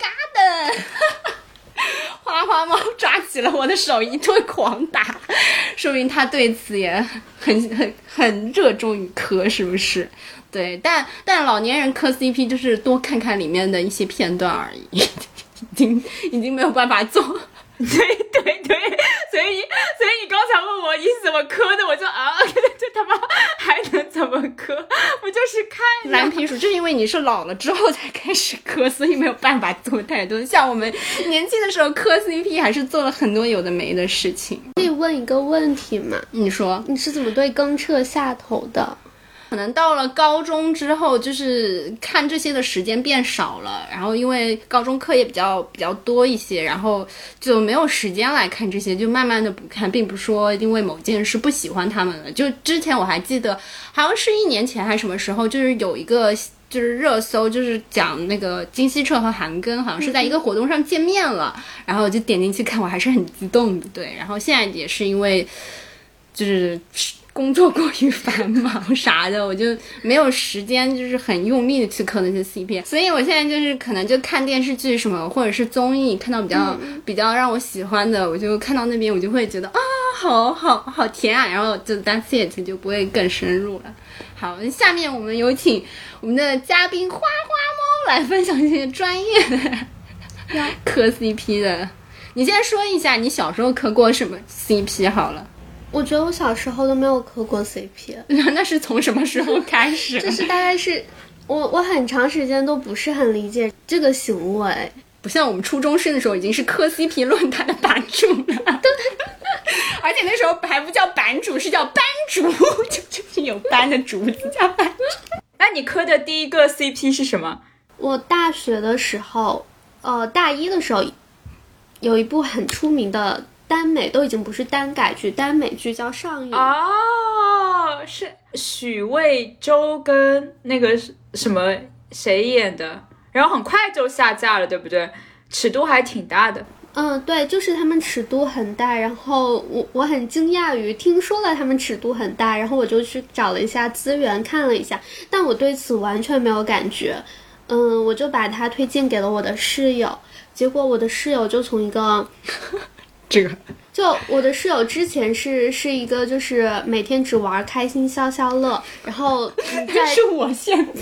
Garden 花花猫抓起了我的手一顿狂打，说明他对此也很很很热衷于磕，是不是？对，但但老年人磕 C P 就是多看看里面的一些片段而已，已经已经没有办法做。 对对对，所以所以你刚才问我你怎么磕的，我就啊，这他妈还能怎么磕？不就是看蓝皮鼠？就是因为你是老了之后才开始磕，所以没有办法做太多。像我们年轻的时候磕 C P 还是做了很多有的没的事情。 可以问一个问题吗？ 你说你是怎么对庚彻下头的？ 可能到了高中之后，就是看这些的时间变少了，然后因为高中课也比较比较多一些，然后就没有时间来看这些，就慢慢的不看，并不是说因为某件事不喜欢他们了。就之前我还记得，好像是一年前还是什么时候，就是有一个就是热搜，就是讲那个金希澈和韩庚好像是在一个活动上见面了，然后我就点进去看，我还是很激动的。对，然后现在也是因为就是工作过于繁忙啥的，我就没有时间就是很用力的去磕那些 C P， 所以我现在就是可能就看电视剧什么或者是综艺，看到比较、嗯、比较让我喜欢的，我就看到那边我就会觉得啊好好好甜啊，然后就 that's it， 就不会更深入了。好，下面我们有请我们的嘉宾花花猫来分享一些专业的磕 C P 的。你先说一下你小时候磕过什么 C P 好了。 我觉得我小时候都没有磕过 C P。 那是从什么时候开始？ 就是大概是我我很长时间都不是很理解这个行为， 不像我们初中生的时候已经是磕 C P 论坛的版主了。对，而且那时候还不叫版主，是叫班主，就就是有班的主子叫班主。 那你磕的第一个 C P 是什么？ 我大学的时候呃，大一的时候有一部很出名的耽美，都已经不是耽改剧，耽美剧叫《上瘾》。 哦，是许魏洲跟那个什么谁演的，然后很快就下架了，对不对？尺度还挺大的。 嗯，对，就是他们尺度很大，然后我我很惊讶于听说了他们尺度很大，然后我就去找了一下资源看了一下，但我对此完全没有感觉。嗯，我就把它推荐给了我的室友，结果我的室友就从一个这个就我的室友之前是是一个就是每天只玩开心消消乐，然后但是我现在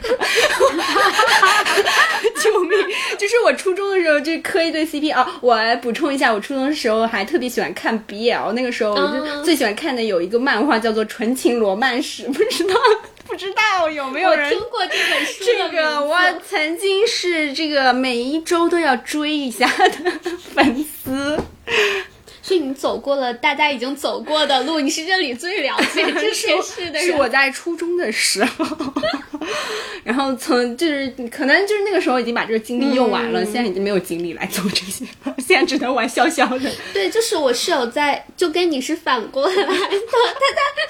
救命，就是我初中的时候就磕一对 C P 啊。我来补充一下，我初中的时候还特别喜欢看 B L， 那个时候我就最喜欢看的有一个漫画叫做《纯情罗曼史》，不知道不知道有没有人我听过这本书的这个我曾经是这个每一周都要追一下的粉丝。 所以你走过了大家已经走过的路，你是这里最了解这件事的人。 是我在初中的时候然后从就是可能就是那个时候已经把这个精力用完了、嗯、现在已经没有精力来做这些了，现在只能玩消消的。 对，就是我室友在就跟你是反过来的，他在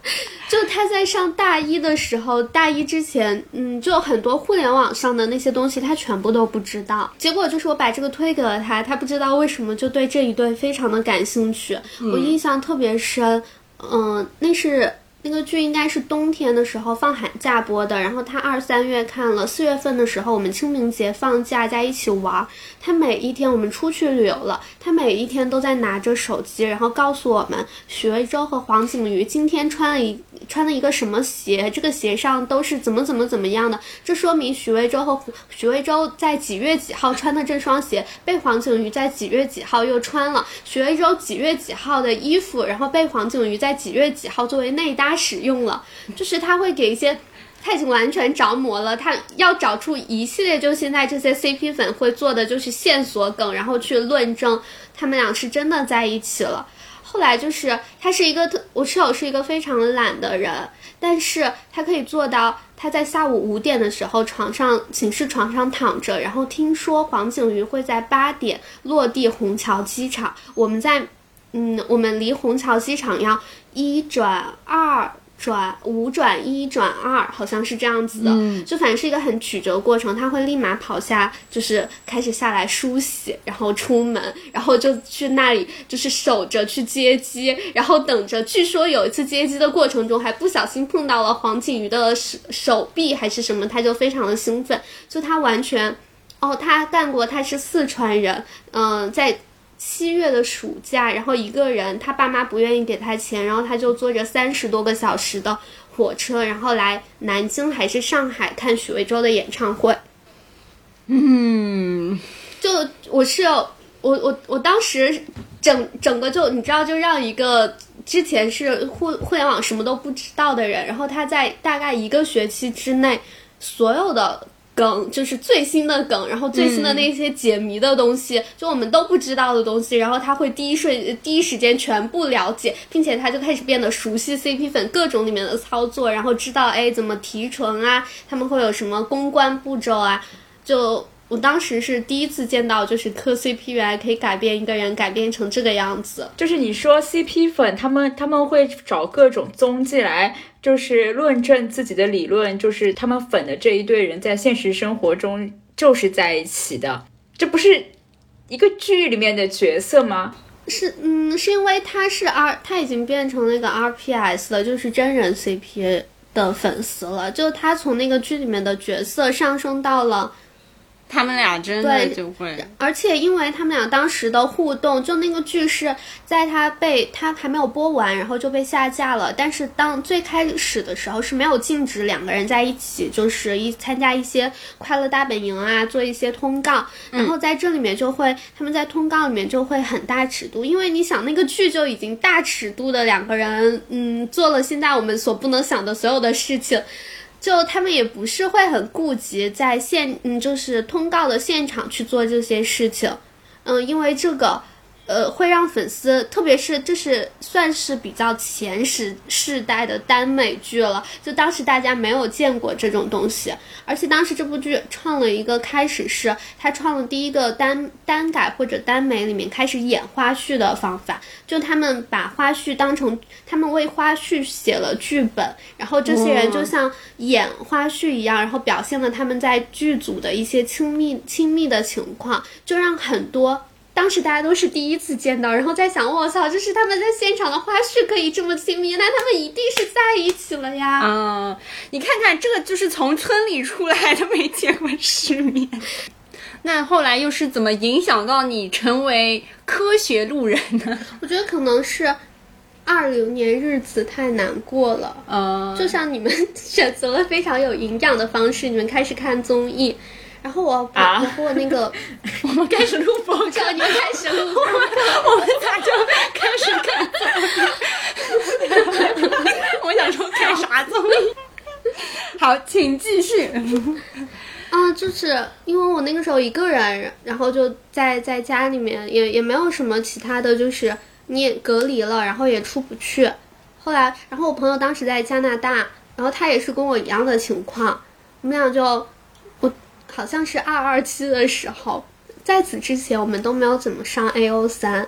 就他在上大一的时候，大一之前，嗯，就很多互联网上的那些东西，他全部都不知道。结果就是我把这个推给了他，他不知道为什么就对这一对非常的感兴趣。嗯、我印象特别深，嗯、呃，那是。那个剧应该是冬天的时候放寒假播的，然后他二三月看了，四月份的时候我们清明节放假在一起玩，他每一天我们出去旅游了，他每一天都在拿着手机，然后告诉我们许魏洲和黄景瑜今天穿了一穿了一个什么鞋，这个鞋上都是怎么怎么怎么样的，这说明许魏洲和许魏洲在几月几号穿的这双鞋被黄景瑜在几月几号又穿了，许魏洲几月几号的衣服然后被黄景瑜在几月几号作为内搭使用了，就是他会给一些，他已经完全着魔了，他要找出一系列就现在这些 C P 粉会做的就是线索梗，然后去论证他们俩是真的在一起了。后来就是他是一个我室友是一个非常懒的人，但是他可以做到他在下午五点的时候床上寝室床上躺着，然后听说黄景瑜会在八点落地虹桥机场，我们在嗯我们离虹桥机场要一转二转五转一转二，好像是这样子的、嗯、就反正是一个很曲折的过程。他会立马跑下，就是开始下来梳洗，然后出门，然后就去那里就是守着去接机，然后等着。据说有一次接机的过程中还不小心碰到了黄景瑜的手臂还是什么，他就非常的兴奋，就他完全哦他干过，他是四川人，嗯、呃，在七月的暑假，然后一个人，他爸妈不愿意给他钱，然后他就坐着三十多个小时的火车，然后来南京还是上海看许魏洲的演唱会。 嗯， 就我是有我我我当时整整个就你知道，就让一个之前是互互联网什么都不知道的人，然后他在大概一个学期之内，所有的梗就是最新的梗，然后最新的那些解谜的东西、嗯、就我们都不知道的东西，然后他会第一瞬第一时间全部了解，并且他就开始变得熟悉 C P 粉各种里面的操作，然后知道哎怎么提纯啊，他们会有什么公关步骤啊。就我当时是第一次见到，就是磕 C P 原来可以改变一个人改变成这个样子。 就是你说 C P 粉他们他们会找各种踪迹来就是论证自己的理论，就是他们粉的这一对人在现实生活中就是在一起的，这不是一个剧里面的角色吗？ 是，嗯，是因为他是 R， 他已经变成那个 R P S 了，就是真人 C P 的粉丝了，就他从那个剧里面的角色上升到了。 他们俩真的就会， 而且因为他们俩当时的互动，就那个剧是在他被他还没有播完，然后就被下架了。但是当最开始的时候是没有禁止两个人在一起，就是一参加一些快乐大本营啊，做一些通告。然后在这里面就会，他们在通告里面就会很大尺度，因为你想那个剧就已经大尺度的两个人，嗯，做了现在我们所不能想的所有的事情。就他们也不是会很顾及在现嗯就是通告的现场去做这些事情，嗯，因为这个呃会让粉丝，特别是这是算是比较前时世代的耽美剧了，就当时大家没有见过这种东西，而且当时这部剧创了一个开始，是他创了第一个单单改或者耽美里面开始演花絮的方法，就他们把花絮当成他们为花絮写了剧本，然后这些人就像演花絮一样，然后表现了他们在剧组的一些亲密亲密的情况，就让很多当时大家都是第一次见到，然后在想我操，这是他们在现场的花絮可以这么亲密，那他们一定是在一起了呀。 嗯，你看看这个就是从村里出来的，没见过世面。那后来又是怎么影响到你成为科学路人呢？ 我觉得可能是二零年日子太难过了， 嗯， 就像你们选择了非常有营养的方式，你们开始看综艺，然后我把、啊、我和我那个我们开始录播客， 你们开始录播客， 我们咋就开始看综艺？我想说看啥综艺？好，请继续。 啊，就是因为我那个时候一个人，然后就在在家里面，也也没有什么其他的，就是你也隔离了，然后也出不去。后来，然后我朋友当时在加拿大，然后他也是跟我一样的情况，我们俩就我好像是二二七的时候，在此之前我们都没有怎么上 A O 三，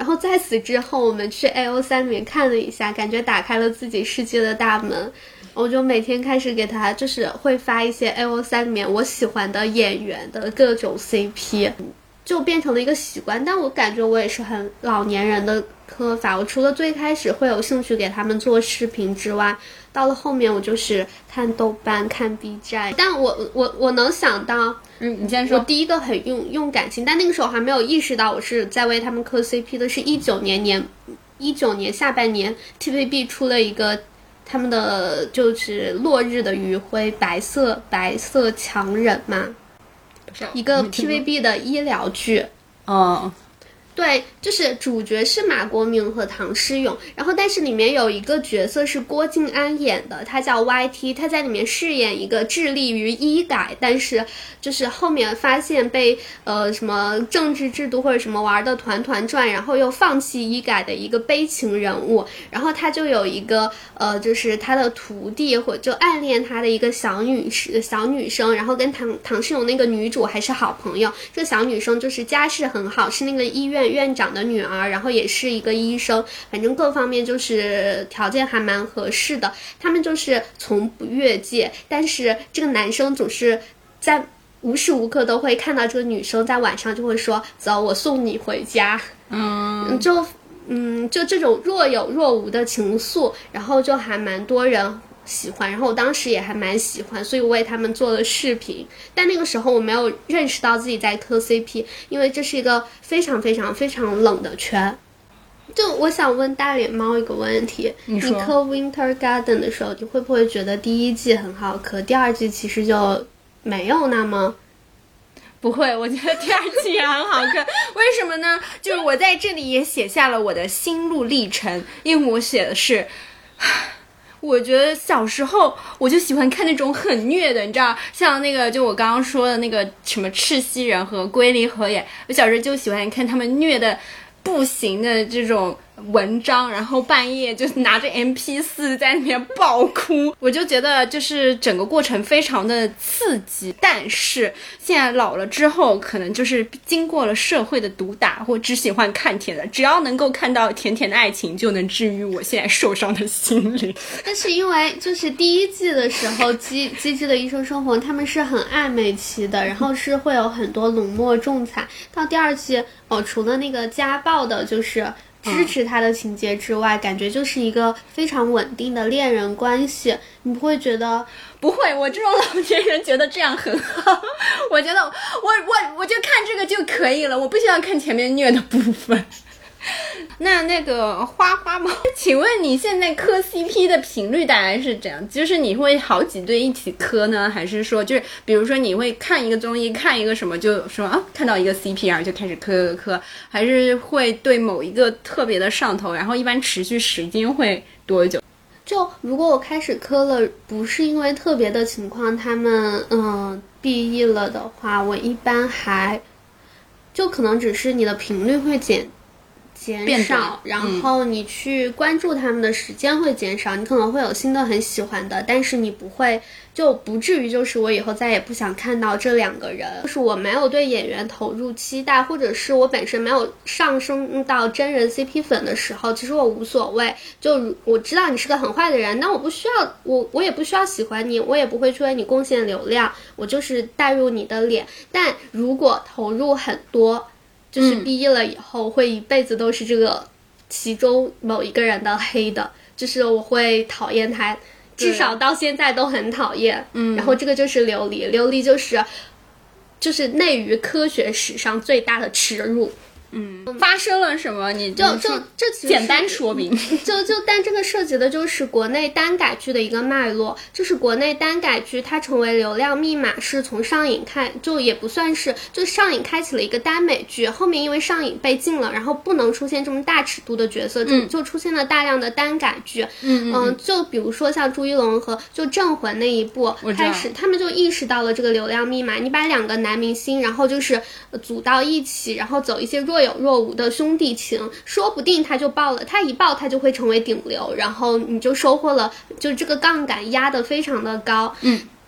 然后在此之后我们去 A O 三里面看了一下，感觉打开了自己世界的大门。我就每天开始给他就是会发一些 A O 三里面我喜欢的演员的各种 C P， 就变成了一个习惯。但我感觉我也是很老年人的磕法，我除了最开始会有兴趣给他们做视频之外，到了后面我就是看豆瓣看 B 站。但我我我能想到嗯，你先说。 我第一个很用用感情，但那个时候还没有意识到我是在为他们磕 C P 的，是一九年年一九年下半年 T V B 出了一个他们的就是落日的余晖，白色白色强忍嘛，一个 T V B 的医疗剧。 哦， 对，就是主角是马国明和唐诗咏，然后但是里面有一个角色是郭晋安演的，他叫 Y T， 他在里面饰演一个致力于医改，但是就是后面发现被呃什么政治制度或者什么玩的团团转，然后又放弃医改的一个悲情人物。然后他就有一个呃就是他的徒弟或就暗恋他的一个小女小女生，然后跟唐唐诗咏那个女主还是好朋友。这个小女生就是家世很好，是那个医院院长的女儿，然后也是一个医生，反正各方面就是条件还蛮合适的。他们就是从不越界，但是这个男生总是在无时无刻都会看到这个女生在晚上就会说走我送你回家。嗯，就嗯就这种若有若无的情愫，然后就还蛮多人喜欢，然后我当时也还蛮喜欢，所以我为他们做了视频。但那个时候我没有认识到自己在磕 C P， 因为这是一个非常非常非常冷的圈。就我想问大脸猫一个问题， 你说你磕 Winter Garden 的时候，你会不会觉得第一季很好磕，第二季其实就没有那么？ 不会，我觉得第二季也很好看。为什么呢？就是我在这里也写下了我的心路历程，因为我写的是我觉得小时候我就喜欢看那种很虐的，你知道，像那个就我刚刚说的那个什么赤西仁和龟梨和也，我小时候就喜欢看他们虐的不行的这种文章，然后半夜就拿着 M P 四 在那边爆哭，我就觉得就是整个过程非常的刺激。但是现在老了之后，可能就是经过了社会的毒打，或只喜欢看甜的，只要能够看到甜甜的爱情，就能治愈我现在受伤的心灵。 但是因为就是第一季的时候机机智的医生生活他们是很暧昧期的，然后是会有很多冷漠重彩。到第二季哦，除了那个家暴的就是支持他的情节之外、嗯、感觉就是一个非常稳定的恋人关系。你不会觉得？ 不会，我这种老年人觉得这样很好。我觉得我我我就看这个就可以了，我不需要看前面虐的部分。那那个花花猫，请问你现在磕 C P 的频率大概是怎样？就是你会好几对一起磕呢，还是说就是比如说你会看一个综艺，看一个什么就说啊看到一个 C P 然后就开始磕磕磕，还是会对某一个特别的上头，然后一般持续时间会多久？ 就如果我开始磕了，不是因为特别的情况他们嗯毕业了的话，我一般还就可能只是你的频率会减减少，然后你去关注他们的时间会减少、嗯、你可能会有新的很喜欢的，但是你不会就不至于就是我以后再也不想看到这两个人。就是我没有对演员投入期待，或者是我本身没有上升到真人 C P 粉的时候，其实我无所谓。就我知道你是个很坏的人，那我不需要我我也不需要喜欢你，我也不会去为你贡献流量，我就是带入你的脸。但如果投入很多，就是毕业了以后、嗯、会一辈子都是这个其中某一个人的黑的，就是我会讨厌他，至少到现在都很讨厌。嗯，然后这个就是琉璃，琉璃就是就是内娱科学史上最大的耻辱。 嗯，发生了什么？你就就这其实简单说明。 就就但这个涉及的就是国内单改剧的一个脉络，就是国内单改剧它成为流量密码是从上瘾开，就也不算是，就上瘾开启了一个耽美剧，后面因为上瘾被禁了，然后不能出现这么大尺度的角色，就、嗯、就出现了大量的单改剧。嗯嗯、呃，就比如说像朱一龙和就镇魂那一部开始，他们就意识到了这个流量密码，你把两个男明星然后就是组到一起，然后走一些若有若无的兄弟情，说不定他就爆了，他一爆他就会成为顶流，然后你就收获了，就这个杠杆压得非常的高。嗯，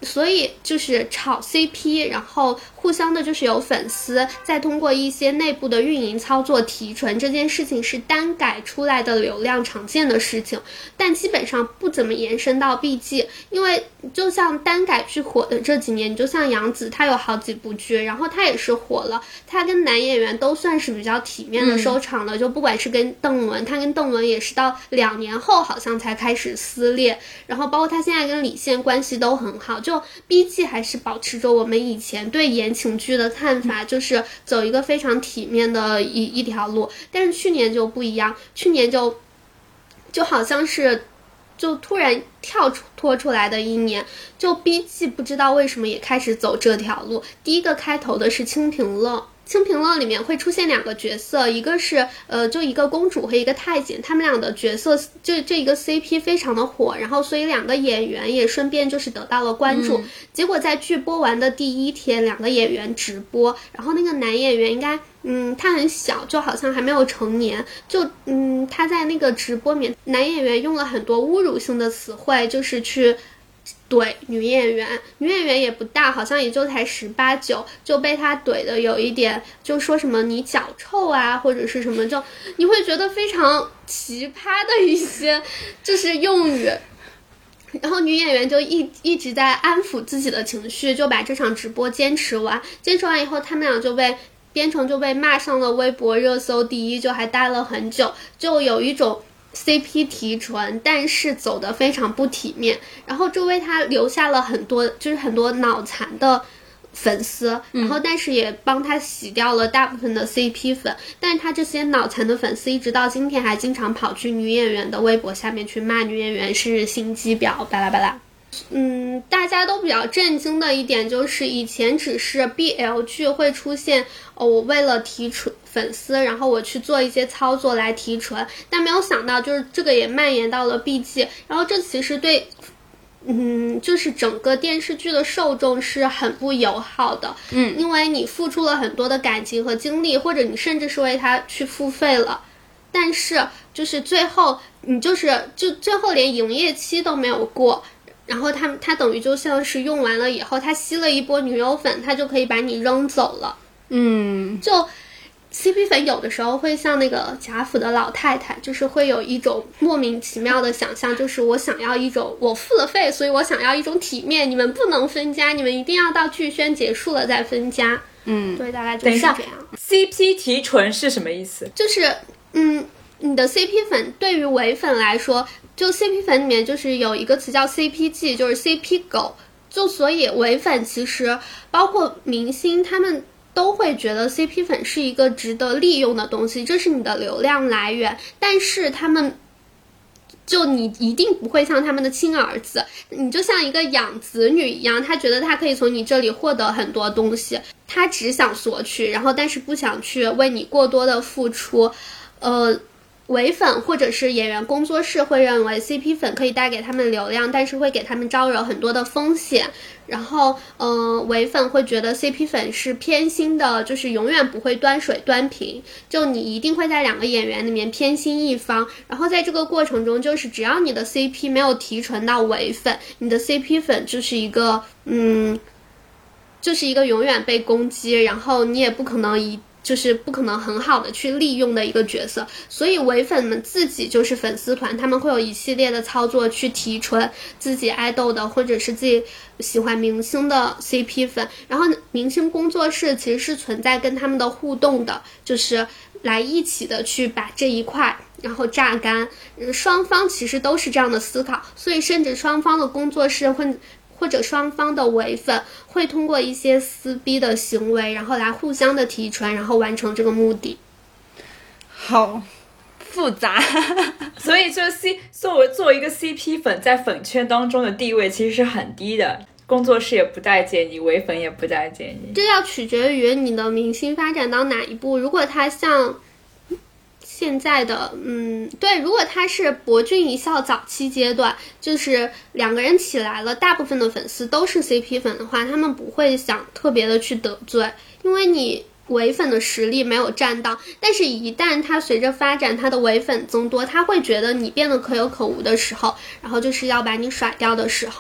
所以就是炒 C P， 然后互相的就是有粉丝再通过一些内部的运营操作提纯，这件事情是单改出来的流量常见的事情，但基本上不怎么延伸到 B G。 因为就像单改剧火的这几年，你就像杨紫，她有好几部剧，然后她也是火了，她跟男演员都算是比较体面的收场了、嗯、就不管是跟邓伦，她跟邓伦也是到两年后好像才开始撕裂，然后包括她现在跟李现关系都很好，就 B G 还是保持着我们以前对言情剧的看法，就是走一个非常体面的一一条路。但是去年就不一样，去年就就好像是就突然跳出脱出来的一年，就 B G 不知道为什么也开始走这条路。第一个开头的是清平乐，清平乐里面会出现两个角色，一个是呃，就一个公主和一个太监，他们俩的角色这这一个 C P 非常的火，然后所以两个演员也顺便就是得到了关注、嗯、结果在剧播完的第一天，两个演员直播，然后那个男演员应该嗯，他很小，就好像还没有成年，就嗯，他在那个直播里面，男演员用了很多侮辱性的词汇，就是去怼女演员，女演员也不大，好像也就才十八九，就被他怼的有一点，就说什么你脚臭啊，或者是什么，就你会觉得非常奇葩的一些就是用语。然后女演员就一一直在安抚自己的情绪，就把这场直播坚持完，坚持完以后，他们俩就被编程就被骂上了微博热搜第一，就还待了很久，就有一种C P 提纯，但是走得非常不体面，然后就为他留下了很多就是很多脑残的粉丝，然后但是也帮他洗掉了大部分的 C P 粉、嗯、但是他这些脑残的粉丝一直到今天还经常跑去女演员的微博下面去骂女演员是心机婊巴拉巴拉。嗯，大家都比较震惊的一点就是以前只是 B L 剧会出现哦，我为了提纯粉丝，然后我去做一些操作来提纯，但没有想到就是这个也蔓延到了 B G， 然后这其实对嗯，就是整个电视剧的受众是很不友好的， 嗯， 因为你付出了很多的感情和精力，或者你甚至是为他去付费了，但是就是最后你就是就最后连营业期都没有过，然后他他等于就像是用完了以后，他吸了一波女友粉，他就可以把你扔走了。 嗯， 就 C P 粉有的时候会像那个贾府的老太太，就是会有一种莫名其妙的想象，就是我想要一种我付了费，所以我想要一种体面，你们不能分家，你们一定要到剧宣结束了再分家。 嗯， 对，大概就是这样。 C P 提纯是什么意思？ 就是嗯，你的 C P 粉对于伪粉来说，就 C P 粉里面就是有一个词叫 C P 技，就是 C P 狗，就所以伪粉其实包括明星他们都会觉得 C P 粉是一个值得利用的东西，这是你的流量来源，但是他们就你一定不会像他们的亲儿子，你就像一个养子女一样，他觉得他可以从你这里获得很多东西，他只想索取，然后但是不想去为你过多的付出。呃伪粉或者是演员工作室会认为 C P 粉可以带给他们流量，但是会给他们招惹很多的风险，然后呃，伪粉会觉得 C P 粉是偏心的，就是永远不会端水端平，就你一定会在两个演员里面偏心一方，然后在这个过程中就是只要你的 C P 没有提纯到伪粉，你的 C P 粉就是一个嗯，就是一个永远被攻击，然后你也不可能一就是不可能很好的去利用的一个角色，所以伪粉们自己就是粉丝团，他们会有一系列的操作去提纯自己爱豆的或者是自己喜欢明星的 C P 粉，然后明星工作室其实是存在跟他们的互动的，就是来一起的去把这一块然后榨干，双方其实都是这样的思考，所以甚至双方的工作室会或者双方的伪粉会通过一些撕逼的行为，然后来互相的提纯，然后完成这个目的。 好复杂所以这 C 作为作为一个 C P 粉在粉圈当中的地位其实是很低的，工作室也不待见你，伪粉也不待见你， 这要取决于你的明星发展到哪一步。如果他像现在的嗯，对，如果他是博君一笑早期阶段，就是两个人起来了，大部分的粉丝都是 C P 粉的话，他们不会想特别的去得罪，因为你伪粉的实力没有占到，但是一旦他随着发展他的伪粉增多，他会觉得你变得可有可无的时候，然后就是要把你甩掉的时候，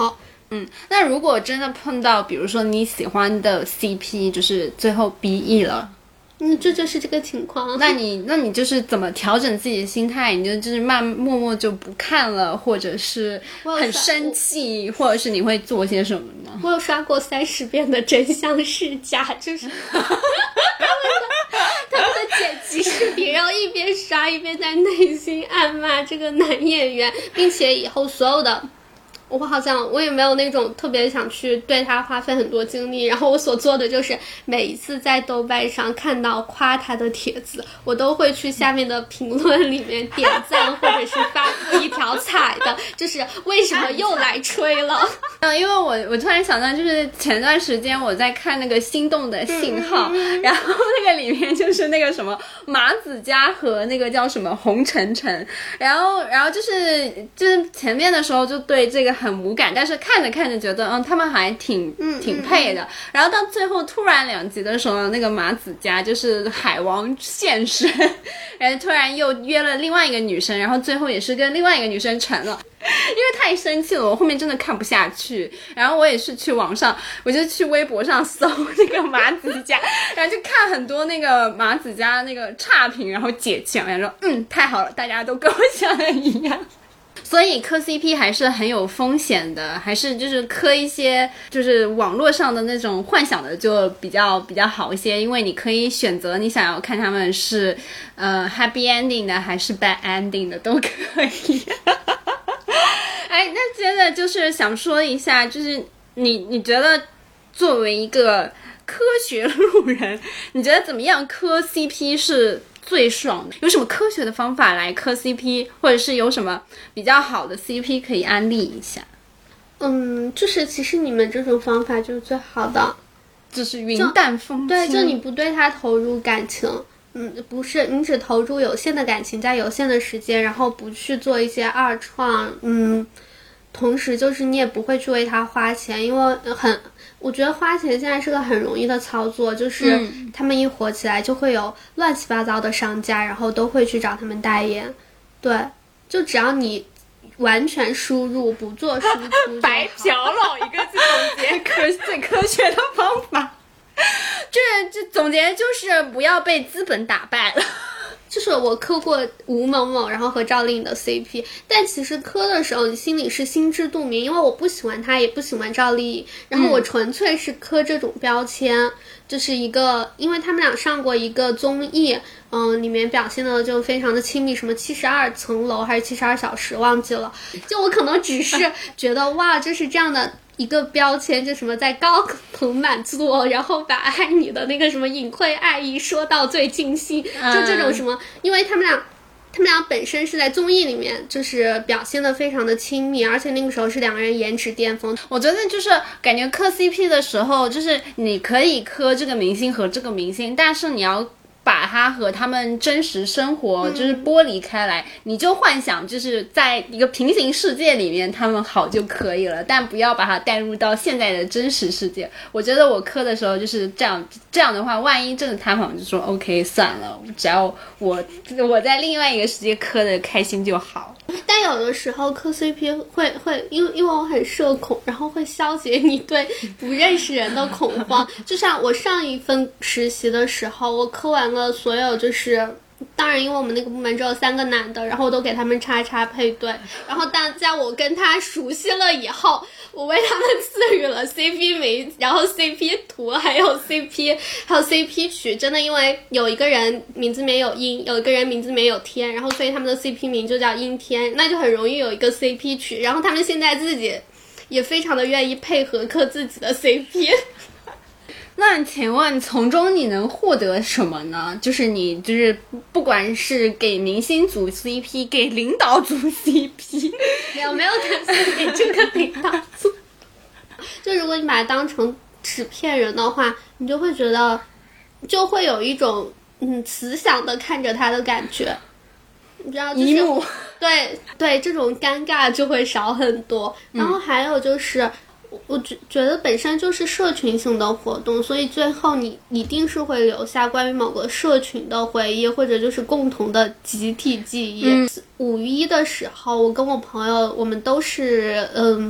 嗯，那如果真的碰到比如说你喜欢的 C P 就是最后 B E 了， 嗯，这就是这个情况。 那你那你就是怎么调整自己的心态？你就就是慢默默就不看了，或者是很生气，或者是你会做些什么呢？ 我有刷过三十遍的真相是假，就是他们的他们的剪辑视频，然后一边刷一边在内心暗骂这个男演员，并且以后所有的。我好像我也没有那种特别想去对他花费很多精力，然后我所做的就是每一次在豆瓣上看到夸他的帖子，我都会去下面的评论里面点赞，或者是发布一条彩的，就是为什么又来吹了。 嗯，因为我我突然想到，就是前段时间我在看那个《心动的信号》，嗯嗯、然后那个里面就是那个什么马子佳和那个叫什么洪晨晨，然后然后就是就是前面的时候就对这个很无感，但是看着看着觉得嗯他们还挺挺配的，嗯嗯嗯，然后到最后突然两集的时候，那个马子佳就是海王现身，然后突然又约了另外一个女生，然后最后也是跟另外一个女生成了。因为太生气了，我后面真的看不下去，然后我也是去网上，我就去微博上搜那个马子佳，然后就看很多那个马子佳那个差评，然后解强，然后说嗯太好了，大家都跟我想的一样。所以磕 C P 还是很有风险的，还是就是磕一些就是网络上的那种幻想的就比较比较好一些，因为你可以选择你想要看他们是呃 happy ending 的还是 bad ending 的都可以。哎，那接着就是想说一下，就是你你觉得作为一个科学路人，你觉得怎么样磕 C P 是最爽的？有什么科学的方法来磕 C P， 或者是有什么比较好的 C P 可以安利一下？ 嗯，就是其实你们这种方法就是最好的， 就是云淡风轻。 对，就你不对他投入感情。嗯，不是，你只投入有限的感情，在有限的时间，然后不去做一些二创，嗯，同时就是你也不会去为他花钱，因为很，我觉得花钱现在是个很容易的操作，就是他们一火起来就会有乱七八糟的商家，然后都会去找他们代言，对，就只要你完全输入，不做输出， 白嫖了一个字总结科最科学的方法。这这总结就是不要被资本打败了。 就是我磕过吴某某，然后和赵丽颖的 C P， 但其实磕的时候你心里是心知肚明，因为我不喜欢他，也不喜欢赵丽颖，然后我纯粹是磕这种标签，嗯、就是一个，因为他们俩上过一个综艺，嗯，里面表现的就非常的亲密，什么七十二层楼还是七十二小时忘记了，就我可能只是觉得哇，就是这样的。一个标签，就什么在高朋满座，然后把爱你的那个什么隐晦爱意说到最尽兴，就这种什么，因为他们俩他们俩本身是在综艺里面就是表现的非常的亲密，而且那个时候是两个人颜值巅峰。 我觉得就是感觉磕 C P 的时候，就是你可以磕这个明星和这个明星，但是你要把它和他们真实生活就是剥离开来、嗯、你就幻想就是在一个平行世界里面他们好就可以了，但不要把它带入到现在的真实世界。我觉得我磕的时候就是这样，这样的话万一真的塌房就说 OK 算了，只要我我在另外一个世界磕的开心就好。 但有的时候磕 C P 会会因为因为我很社恐，然后会消解你对不认识人的恐慌。就像我上一份实习的时候，我磕完了所有，就是当然因为我们那个部门只有三个男的，然后我都给他们叉叉配对，然后但在我跟他熟悉了以后，我为他们赐予了 C P 名，然后 C P 图，还有 C P 还有 C P 曲，真的因为有一个人名字没有阴，有一个人名字没有天，然后所以他们的 C P 名就叫阴天，那就很容易有一个 C P 曲，然后他们现在自己也非常的愿意配合磕自己的 C P。 那请问从中你能获得什么呢？就是你就是不管是给明星组 C P， 给领导组 C P， 没有没有打算给这个领导组。就如果你把它当成纸片人的话，你就会觉得就会有一种嗯慈祥的看着他的感觉，你知道，就是对对，这种尴尬就会少很多。然后还有就是。嗯我觉觉得本身就是社群性的活动，所以最后你一定是会留下关于某个社群的回忆，或者就是共同的集体记忆。嗯、五一的时候，我跟我朋友，我们都是嗯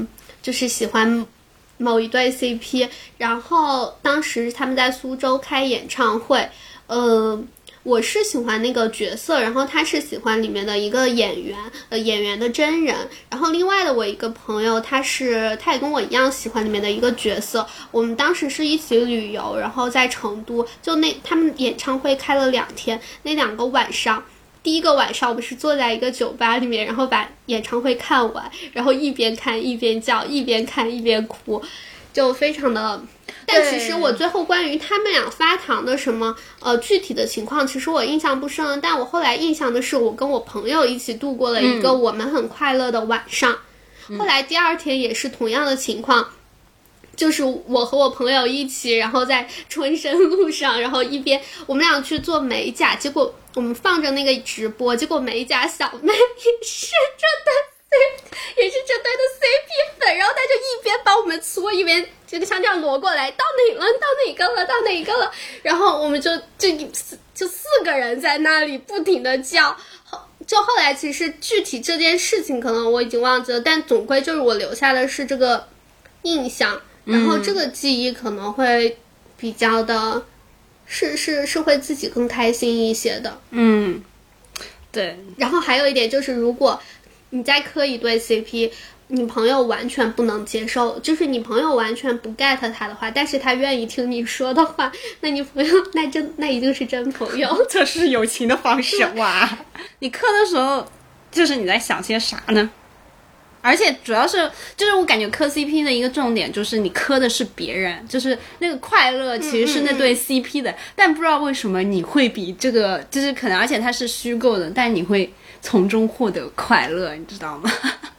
就是喜欢某一对 C P， 然后当时他们在苏州开演唱会，呃。我是喜欢那个角色，然后他是喜欢里面的一个演员，呃，演员的真人。然后另外的我一个朋友，他是他也跟我一样喜欢里面的一个角色。我们当时是一起旅游，然后在成都，就那他们演唱会开了两天，那两个晚上。第一个晚上我们是坐在一个酒吧里面，然后把演唱会看完，然后一边看一边叫，一边看一边哭，就非常的。但其实我最后关于他们俩发糖的什么呃具体的情况，其实我印象不深了。但我后来印象的是，我跟我朋友一起度过了一个我们很快乐的晚上。嗯、后来第二天也是同样的情况，就是我和我朋友一起，然后在春生路上，然后一边我们俩去做美甲，结果我们放着那个直播，结果美甲小妹也是这对也是这对的 C P 粉，然后他就一边帮我们搓，一边这个像这样挪过来，到哪了？到哪个了？到哪个了？然后我们就就就四个人在那里不停的叫。就后来其实具体这件事情可能我已经忘记了，但总归就是我留下的是这个印象，然后这个记忆可能会比较的，是是是会自己更开心一些的。 嗯，对。 然后还有一点就是，如果你再磕一对 C P， 你朋友完全不能接受，就是你朋友完全不 get 他的话，但是他愿意听你说的话，那你朋友那真那一定是真朋友， 这是友情的方式。哇，你磕的时候，就是你在想些啥呢？而且主要是，就是我感觉磕 C P 的一个重点就是你磕的是别人，就是那个快乐其实是那对 C P 的，嗯嗯嗯，但不知道为什么你会比这个，就是可能而且它是虚构的，但你会从中获得快乐，你知道吗？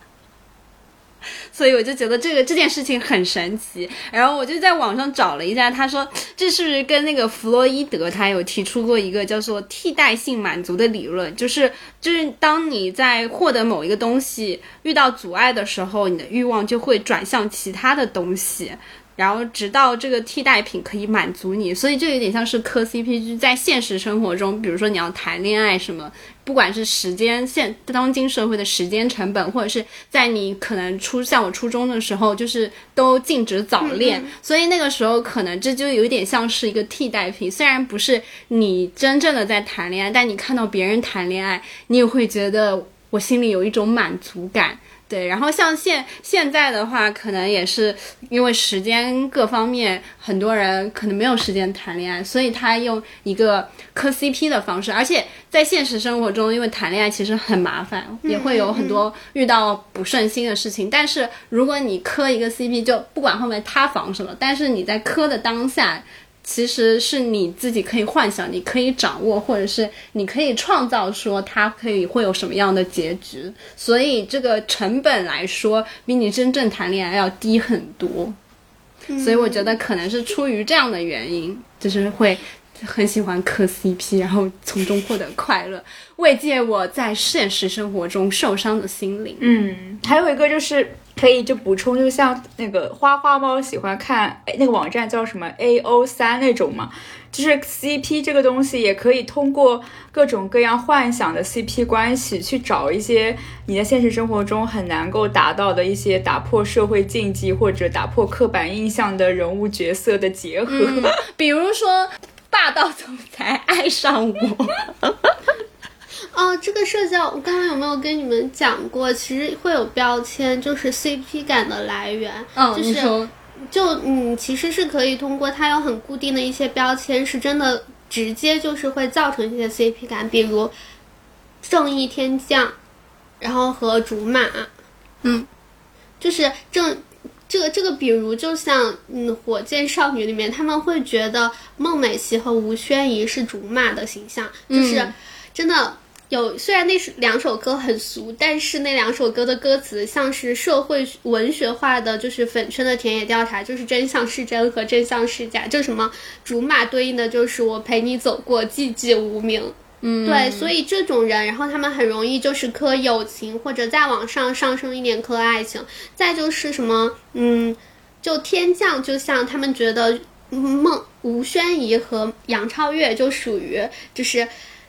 所以我就觉得这个这件事情很神奇，然后我就在网上找了一下，他说这是不是跟那个弗洛伊德他有提出过一个叫做替代性满足的理论，就是就是当你在获得某一个东西遇到阻碍的时候，你的欲望就会转向其他的东西，然后直到这个替代品可以满足你。所以就有点像是磕 C P， 就是在现实生活中，比如说你要谈恋爱什么，不管是时间现当今社会的时间成本，或者是在你可能初像我初中的时候就是都禁止早恋、嗯、所以那个时候可能这就有点像是一个替代品，虽然不是你真正的在谈恋爱，但你看到别人谈恋爱，你也会觉得我心里有一种满足感。对，然后像现现在的话，可能也是因为时间各方面，很多人可能没有时间谈恋爱，所以他用一个磕 C P 的方式。而且在现实生活中，因为谈恋爱其实很麻烦，也会有很多遇到不顺心的事情、嗯嗯、但是如果你磕一个 C P， 就不管后面塌房什么，但是你在磕的当下其实是你自己可以幻想，你可以掌握，或者是你可以创造说它可以会有什么样的结局，所以这个成本来说比你真正谈恋爱要低很多、嗯、所以我觉得可能是出于这样的原因，就是会很喜欢磕 C P， 然后从中获得快乐，慰藉我在现实生活中受伤的心灵。 嗯，还有一个就是可以就补充，就像那个花花猫喜欢看那个网站叫什么 A O 三 那种嘛，就是 C P 这个东西也可以通过各种各样幻想的 C P 关系去找一些你在现实生活中很难够达到的一些打破社会禁忌或者打破刻板印象的人物角色的结合、嗯、 比如说霸道总裁爱上我哦，这个社交我刚刚有没有跟你们讲过，其实会有标签，就是 C P 感的来源。 嗯、哦， 就是你说就嗯，其实是可以通过它有很固定的一些标签，是真的直接就是会造成一些 C P 感，比如正义天将，然后和竹马， 嗯， 就是正这个这个，比如就像嗯，火箭少女里面，他们会觉得孟美岐和吴宣仪是竹马的形象，就是真的。有，虽然那两首歌很俗，但是那两首歌的歌词像是社会文学化的，就是粉圈的田野调查，就是真相是真和真相是假，就什么竹马对应的就是我陪你走过寂寂无名。 嗯， 对，所以这种人，然后他们很容易就是磕友情，或者再往上上升一点磕爱情。再就是什么，嗯，就天降，就像他们觉得孟吴宣仪和杨超越就属于就是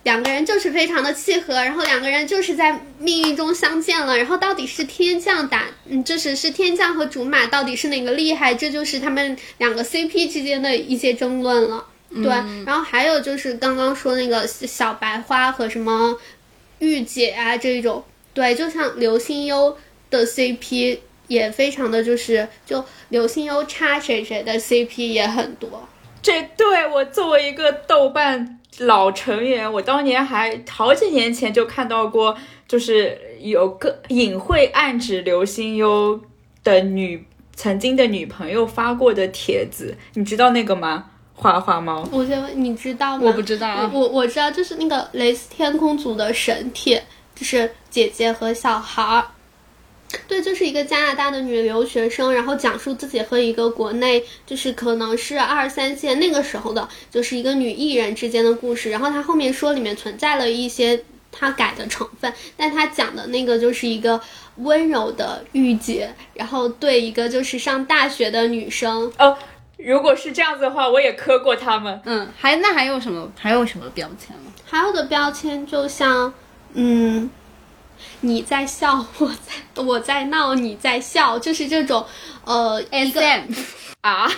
两个人就是非常的契合，然后两个人就是在命运中相见了，然后到底是天降打，嗯，就是是天降和竹马到底是哪个厉害，这就是他们两个 C P 之间的一些争论了。对、嗯，然后还有就是刚刚说那个小白花和什么御姐啊这种，对，就像刘心悠的 C P 也非常的就是就刘心悠插谁谁的 C P 也很多。 这对我作为一个豆瓣老成员，我当年还好几年前就看到过，就是有个隐晦暗指刘心悠的女曾经的女朋友发过的帖子，你知道那个吗？花花猫， 我先问你知道吗？ 我不知道、啊、 我我知道，就是那个蕾丝天空组的神帖，就是姐姐和小孩。对，就是一个加拿大的女留学生，然后讲述自己和一个国内就是可能是二三线那个时候的就是一个女艺人之间的故事，然后她后面说里面存在了一些她改的成分，但她讲的那个就是一个温柔的御姐，然后对一个就是上大学的女生哦，如果是这样子的话，我也磕过他们。 嗯，还那还有什么还有什么标签吗？ 还有的标签就像嗯你在笑我在我在闹你在笑，就是这种呃 S M 啊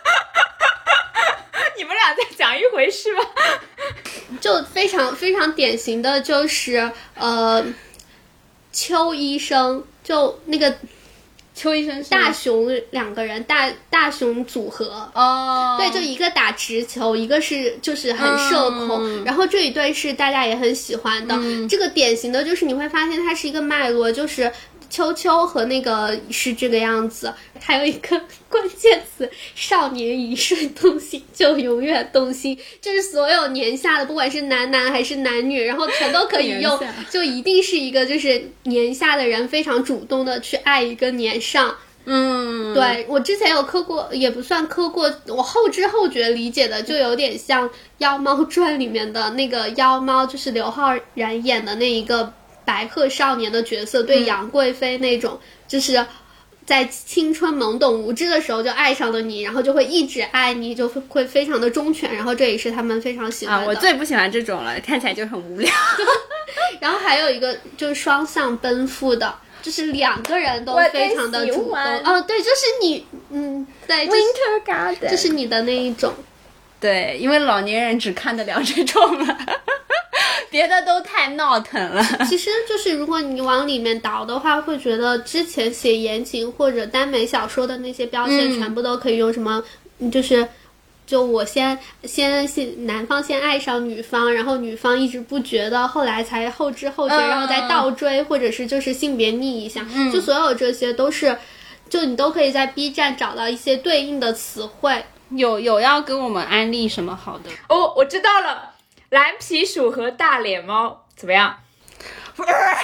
你们俩在讲一回事吗？ 就非常非常典型的就是呃邱医生，就那个邱医生是大熊两个人大大熊组合哦， 对，就一个打直球，一个是就是很社恐、嗯、然后这一对是大家也很喜欢的、嗯、这个典型的就是你会发现它是一个脉络，就是秋秋和那个是这个样子，还有一个关键词少年一瞬动心就永远动心，就是所有年下的不管是男男还是男女，然后全都可以用，就一定是一个就是年下的人非常主动的去爱一个年上。 嗯， 对，我之前有磕过，也不算磕过，我后知后觉理解的就有点像《妖猫传》里面的那个妖猫，就是刘昊然演的那一个白鹤少年的角色，对杨贵妃那种、嗯、就是在青春懵懂无知的时候就爱上了你，然后就会一直爱你，就会非常的忠犬，然后这也是他们非常喜欢的、 啊、我最不喜欢这种了，看起来就很无聊然后还有一个就是双向奔赴的，就是两个人都非常的主动哦，对，就是你嗯对、就是、 Winter Garden 就是你的那一种。 对，因为老年人只看得了这种了别的都太闹腾了。 其实就是如果你往里面倒的话，会觉得之前写言情或者耽美小说的那些标签全部都可以用什么、嗯、就是就我先先先男方先爱上女方，然后女方一直不觉得，后来才后知后觉、嗯、然后再倒追，或者是就是性别逆一下、嗯、就所有这些都是就你都可以在 B 站找到一些对应的词汇。 有有要给我们安利什么好的？ 哦，我知道了，蓝皮鼠和大脸猫怎么样？ 我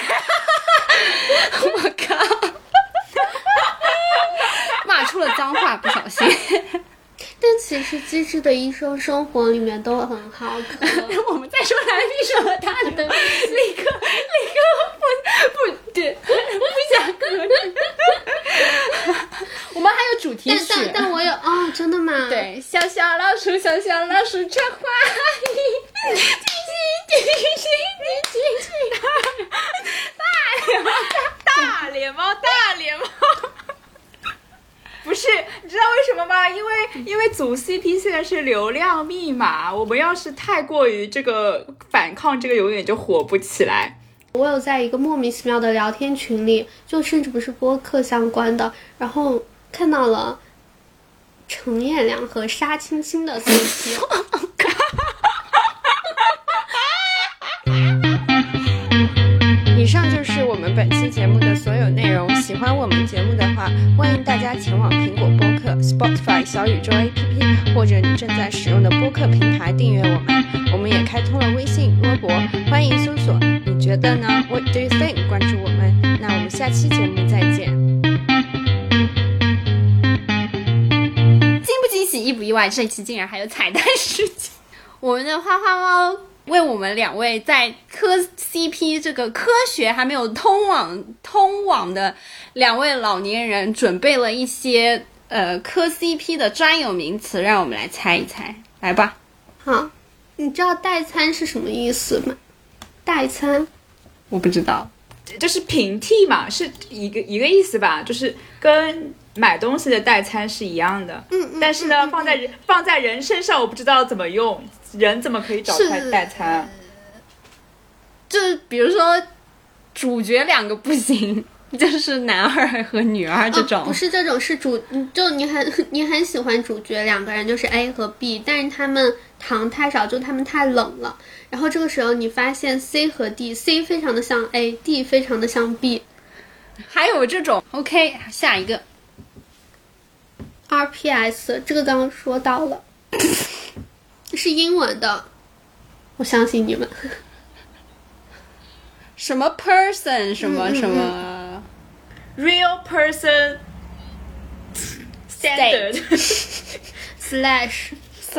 靠骂出了脏话，不小心但其实机智的医生生活里面都很好看我们再说蓝皮鼠和大脸猫立刻立刻不不对不想磕我们还有主题曲， 但但但我有哦，真的吗？ 对，小小老鼠小小老鼠穿花衣叽叽叽叽叽叽大脸猫大脸猫大脸猫不是，你知道为什么吗？因为因为组 C P 现在是流量密码，我们要是太过于这个反抗，这个永远就火不起来。 我有在一个莫名其妙的聊天群里，就甚至不是播客相关的，然后看到了程彦良和沙青青的 C P 以上就是我们本期节目的所有内容，喜欢我们节目的话，欢迎大家前往苹果播客 Spotify 小宇宙 A P P 或者你正在使用的播客平台订阅我们。我们也开通了微信微博，欢迎搜索你觉得呢 What do you think 关注我们。那我们下期节目再见。惊不惊喜意不意外，这一期竟然还有彩蛋事情。我们的花花猫为我们两位在磕 C P 这个科学还没有通往通往的两位老年人准备了一些呃磕 C P 的专有名词，让我们来猜一猜，来吧。 好， 你知道代餐是什么意思吗？代餐我不知道， 就是平替嘛，是一个一个意思吧，就是跟买东西的代餐是一样的。 嗯嗯。 但是呢， 嗯嗯放在人放在人身上，我不知道怎么用，人怎么可以找出来代餐啊？ 就比如说主角两个不行，就是男二和女二这种。 哦、不是这种，是主，就你很你很喜欢主角两个人，就是 A 和 B， 但是他们糖太少，就他们太冷了。然后这个时候你发现 C 和 D，C 非常的像 A，D 非常的像 B。 还有这种 OK， 下一个 R P S， 这个刚刚说到了，是英文的，我相信你们。 什么 person 什么嗯嗯嗯什么 Real person standard slash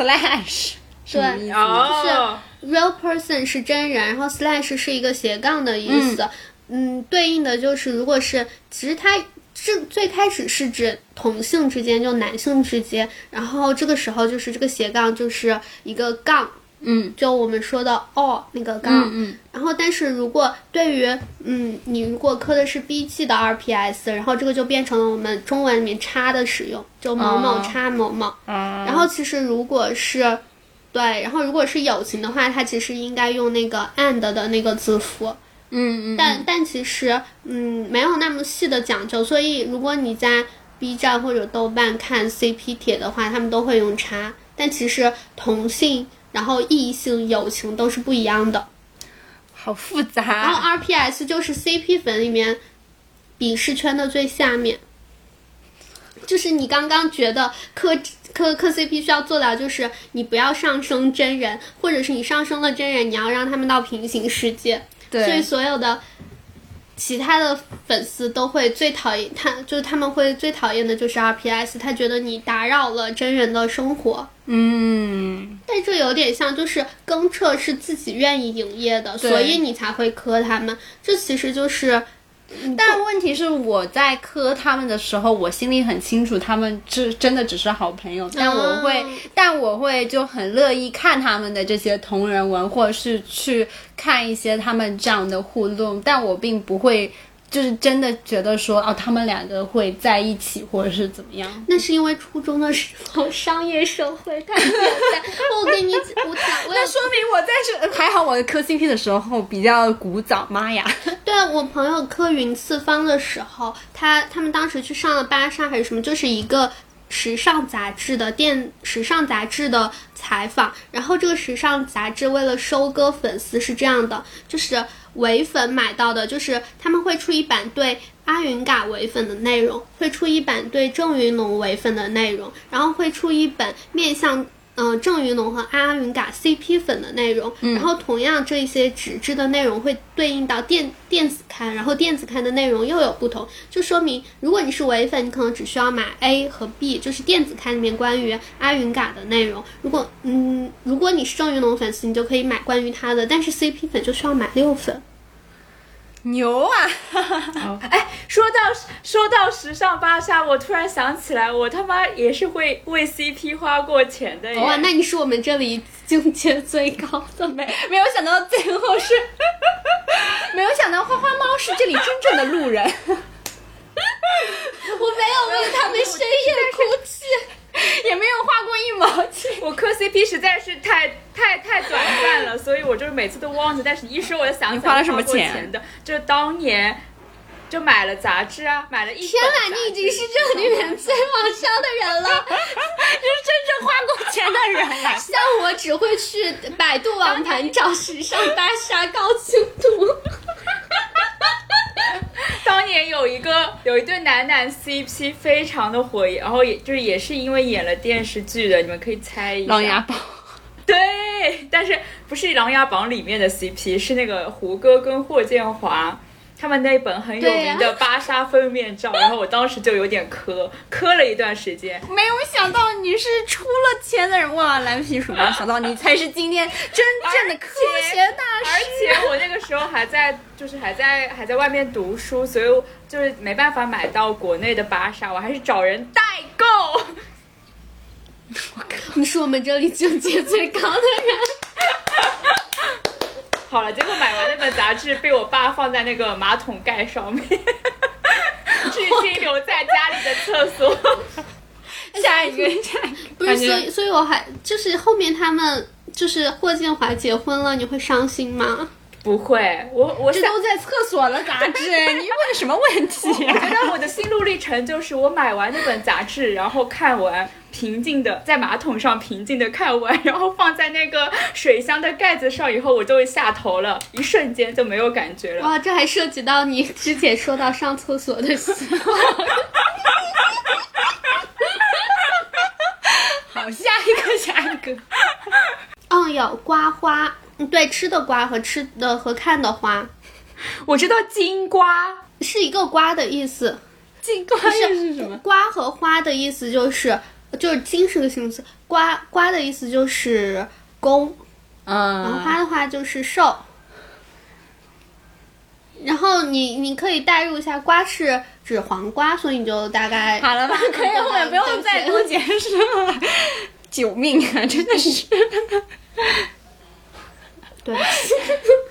slash 什么意思？ 哦， 是 real person 是真人，然后 slash 是一个斜杠的意思。嗯, 嗯，对应的就是如果是其实它是最开始是指同性之间，就男性之间，然后这个时候就是这个斜杠就是一个杠。 嗯， 就我们说的哦那个杠。 嗯嗯。 然后但是如果对于嗯你如果刻的是 B 记的 R P S， 然后这个就变成了我们中文里面叉的使用，就某某叉某某。 嗯。 然后其实如果是对，然后如果是友情的话，它其实应该用那个 and 的那个字符。 嗯嗯。 但但其实嗯没有那么细的讲究，所以如果你在 B 站或者豆瓣看 C P 帖的话，他们都会用叉，但其实同性然后异性友情都是不一样的， 好复杂。 然后 R P S 就是 C P 粉里面鄙视圈的最下面，就是你刚刚觉得磕磕磕 C P 需要做到，就是你不要上升真人，或者是你上升了真人，你要让他们到平行世界。 对， 所以所有的其他的粉丝都会最讨厌他，就是他们会最讨厌的就是 R P S， 他觉得你打扰了真人的生活。 嗯， 但这有点像，就是庚彻是自己愿意营业的，所以你才会磕他们。这其实就是， 但问题是我在磕他们的时候，我心里很清楚，他们这真的只是好朋友。但我会， 嗯、 但我会就很乐意看他们的这些同人文，或者是去看一些他们这样的互动，但我并不会。就是真的觉得说哦，他们两个会在一起，或者是怎么样？ 那是因为初中的时候商业社会太简单。我跟你我讲， 那说明我在是还好，我磕 C P 的时候比较古早。妈呀！ 对啊，我朋友磕云次方的时候，他他们当时去上了芭莎还是什么，就是一个时尚杂志的电时尚杂志的采访，然后这个时尚杂志为了收割粉丝是这样的，就是唯粉买到的，就是他们会出一版对阿云嘎唯粉的内容，会出一版对郑云龙唯粉的内容，然后会出一本面向呃郑云龙和阿云嘎 C P 粉的内容、嗯、然后同样这些纸质的内容会对应到电电子刊，然后电子刊的内容又有不同，就说明如果你是唯粉，你可能只需要买 A 和 B， 就是电子刊里面关于阿云嘎的内容，如果嗯如果你是郑云龙粉丝，你就可以买关于他的，但是 C P 粉就需要买六粉。 牛啊！ 哎，说到说到时尚芭莎，我突然想起来，我他妈也是会为 C P 花过钱的耶。 哇，那你是我们这里境界最高的。 没没有想到最后是，没有想到花花猫是这里真正的路人。 我没有为他们深夜哭泣。 也没有花过一毛钱。 我磕 C P 实在是太太太短暂了，所以我就是每次都忘记。但是一说我就想起来花了什么钱的，就是当年就买了杂志啊，买了一本。 天哪，你已经是这里面最往上的人了， 就是真正花过钱的人了。 像我只会去百度网盘找时尚芭莎高清图。 当年有一个有一对男男 C P 非常的火，然后也就是也是因为演了电视剧的，你们可以猜一下。 琅琊榜。 对，但是不是琅琊榜里面的 C P， 是那个胡歌跟霍建华他们那本很有名的芭莎封面照、啊、然后我当时就有点磕磕了一段时间。 没有想到你是出了钱的人，哇，蓝皮鼠，没有想到你才是今天真正的科学大师。 而且我那个时候还在就是还在还在外面读书，所以就是没办法买到国内的芭莎，我还是找人代购。 你是我们这里境界最高的人。 杂志被我爸放在那个马桶盖上面，至今留在家里的厕所。 下一个，下一个， 不是，所以所以我还就是后面他们就是霍建华结婚了，你会伤心吗？ 不会，我我这都在厕所了杂志，你问什么问题啊？ 我觉得我的心路历程就是我买完那本杂志，然后看完，平静的在马桶上平静的看完，然后放在那个水箱的盖子上以后，我就会下头了，一瞬间就没有感觉了。 哇，这还涉及到你之前说到上厕所的习惯。 好，下一个，下一个。 嗯，有刮花，对，吃的刮和吃的和看的花。 我知道金瓜是一个瓜的意思， 金瓜又是什么？ 瓜和花的意思就是就是金是个形容词，瓜瓜的意思就是公， 嗯， 然后花的话就是寿。然后你你可以代入一下，瓜是指黄瓜，所以你就大概好了吧，可以，后面不用再多解释了。救命啊！真的是。 对，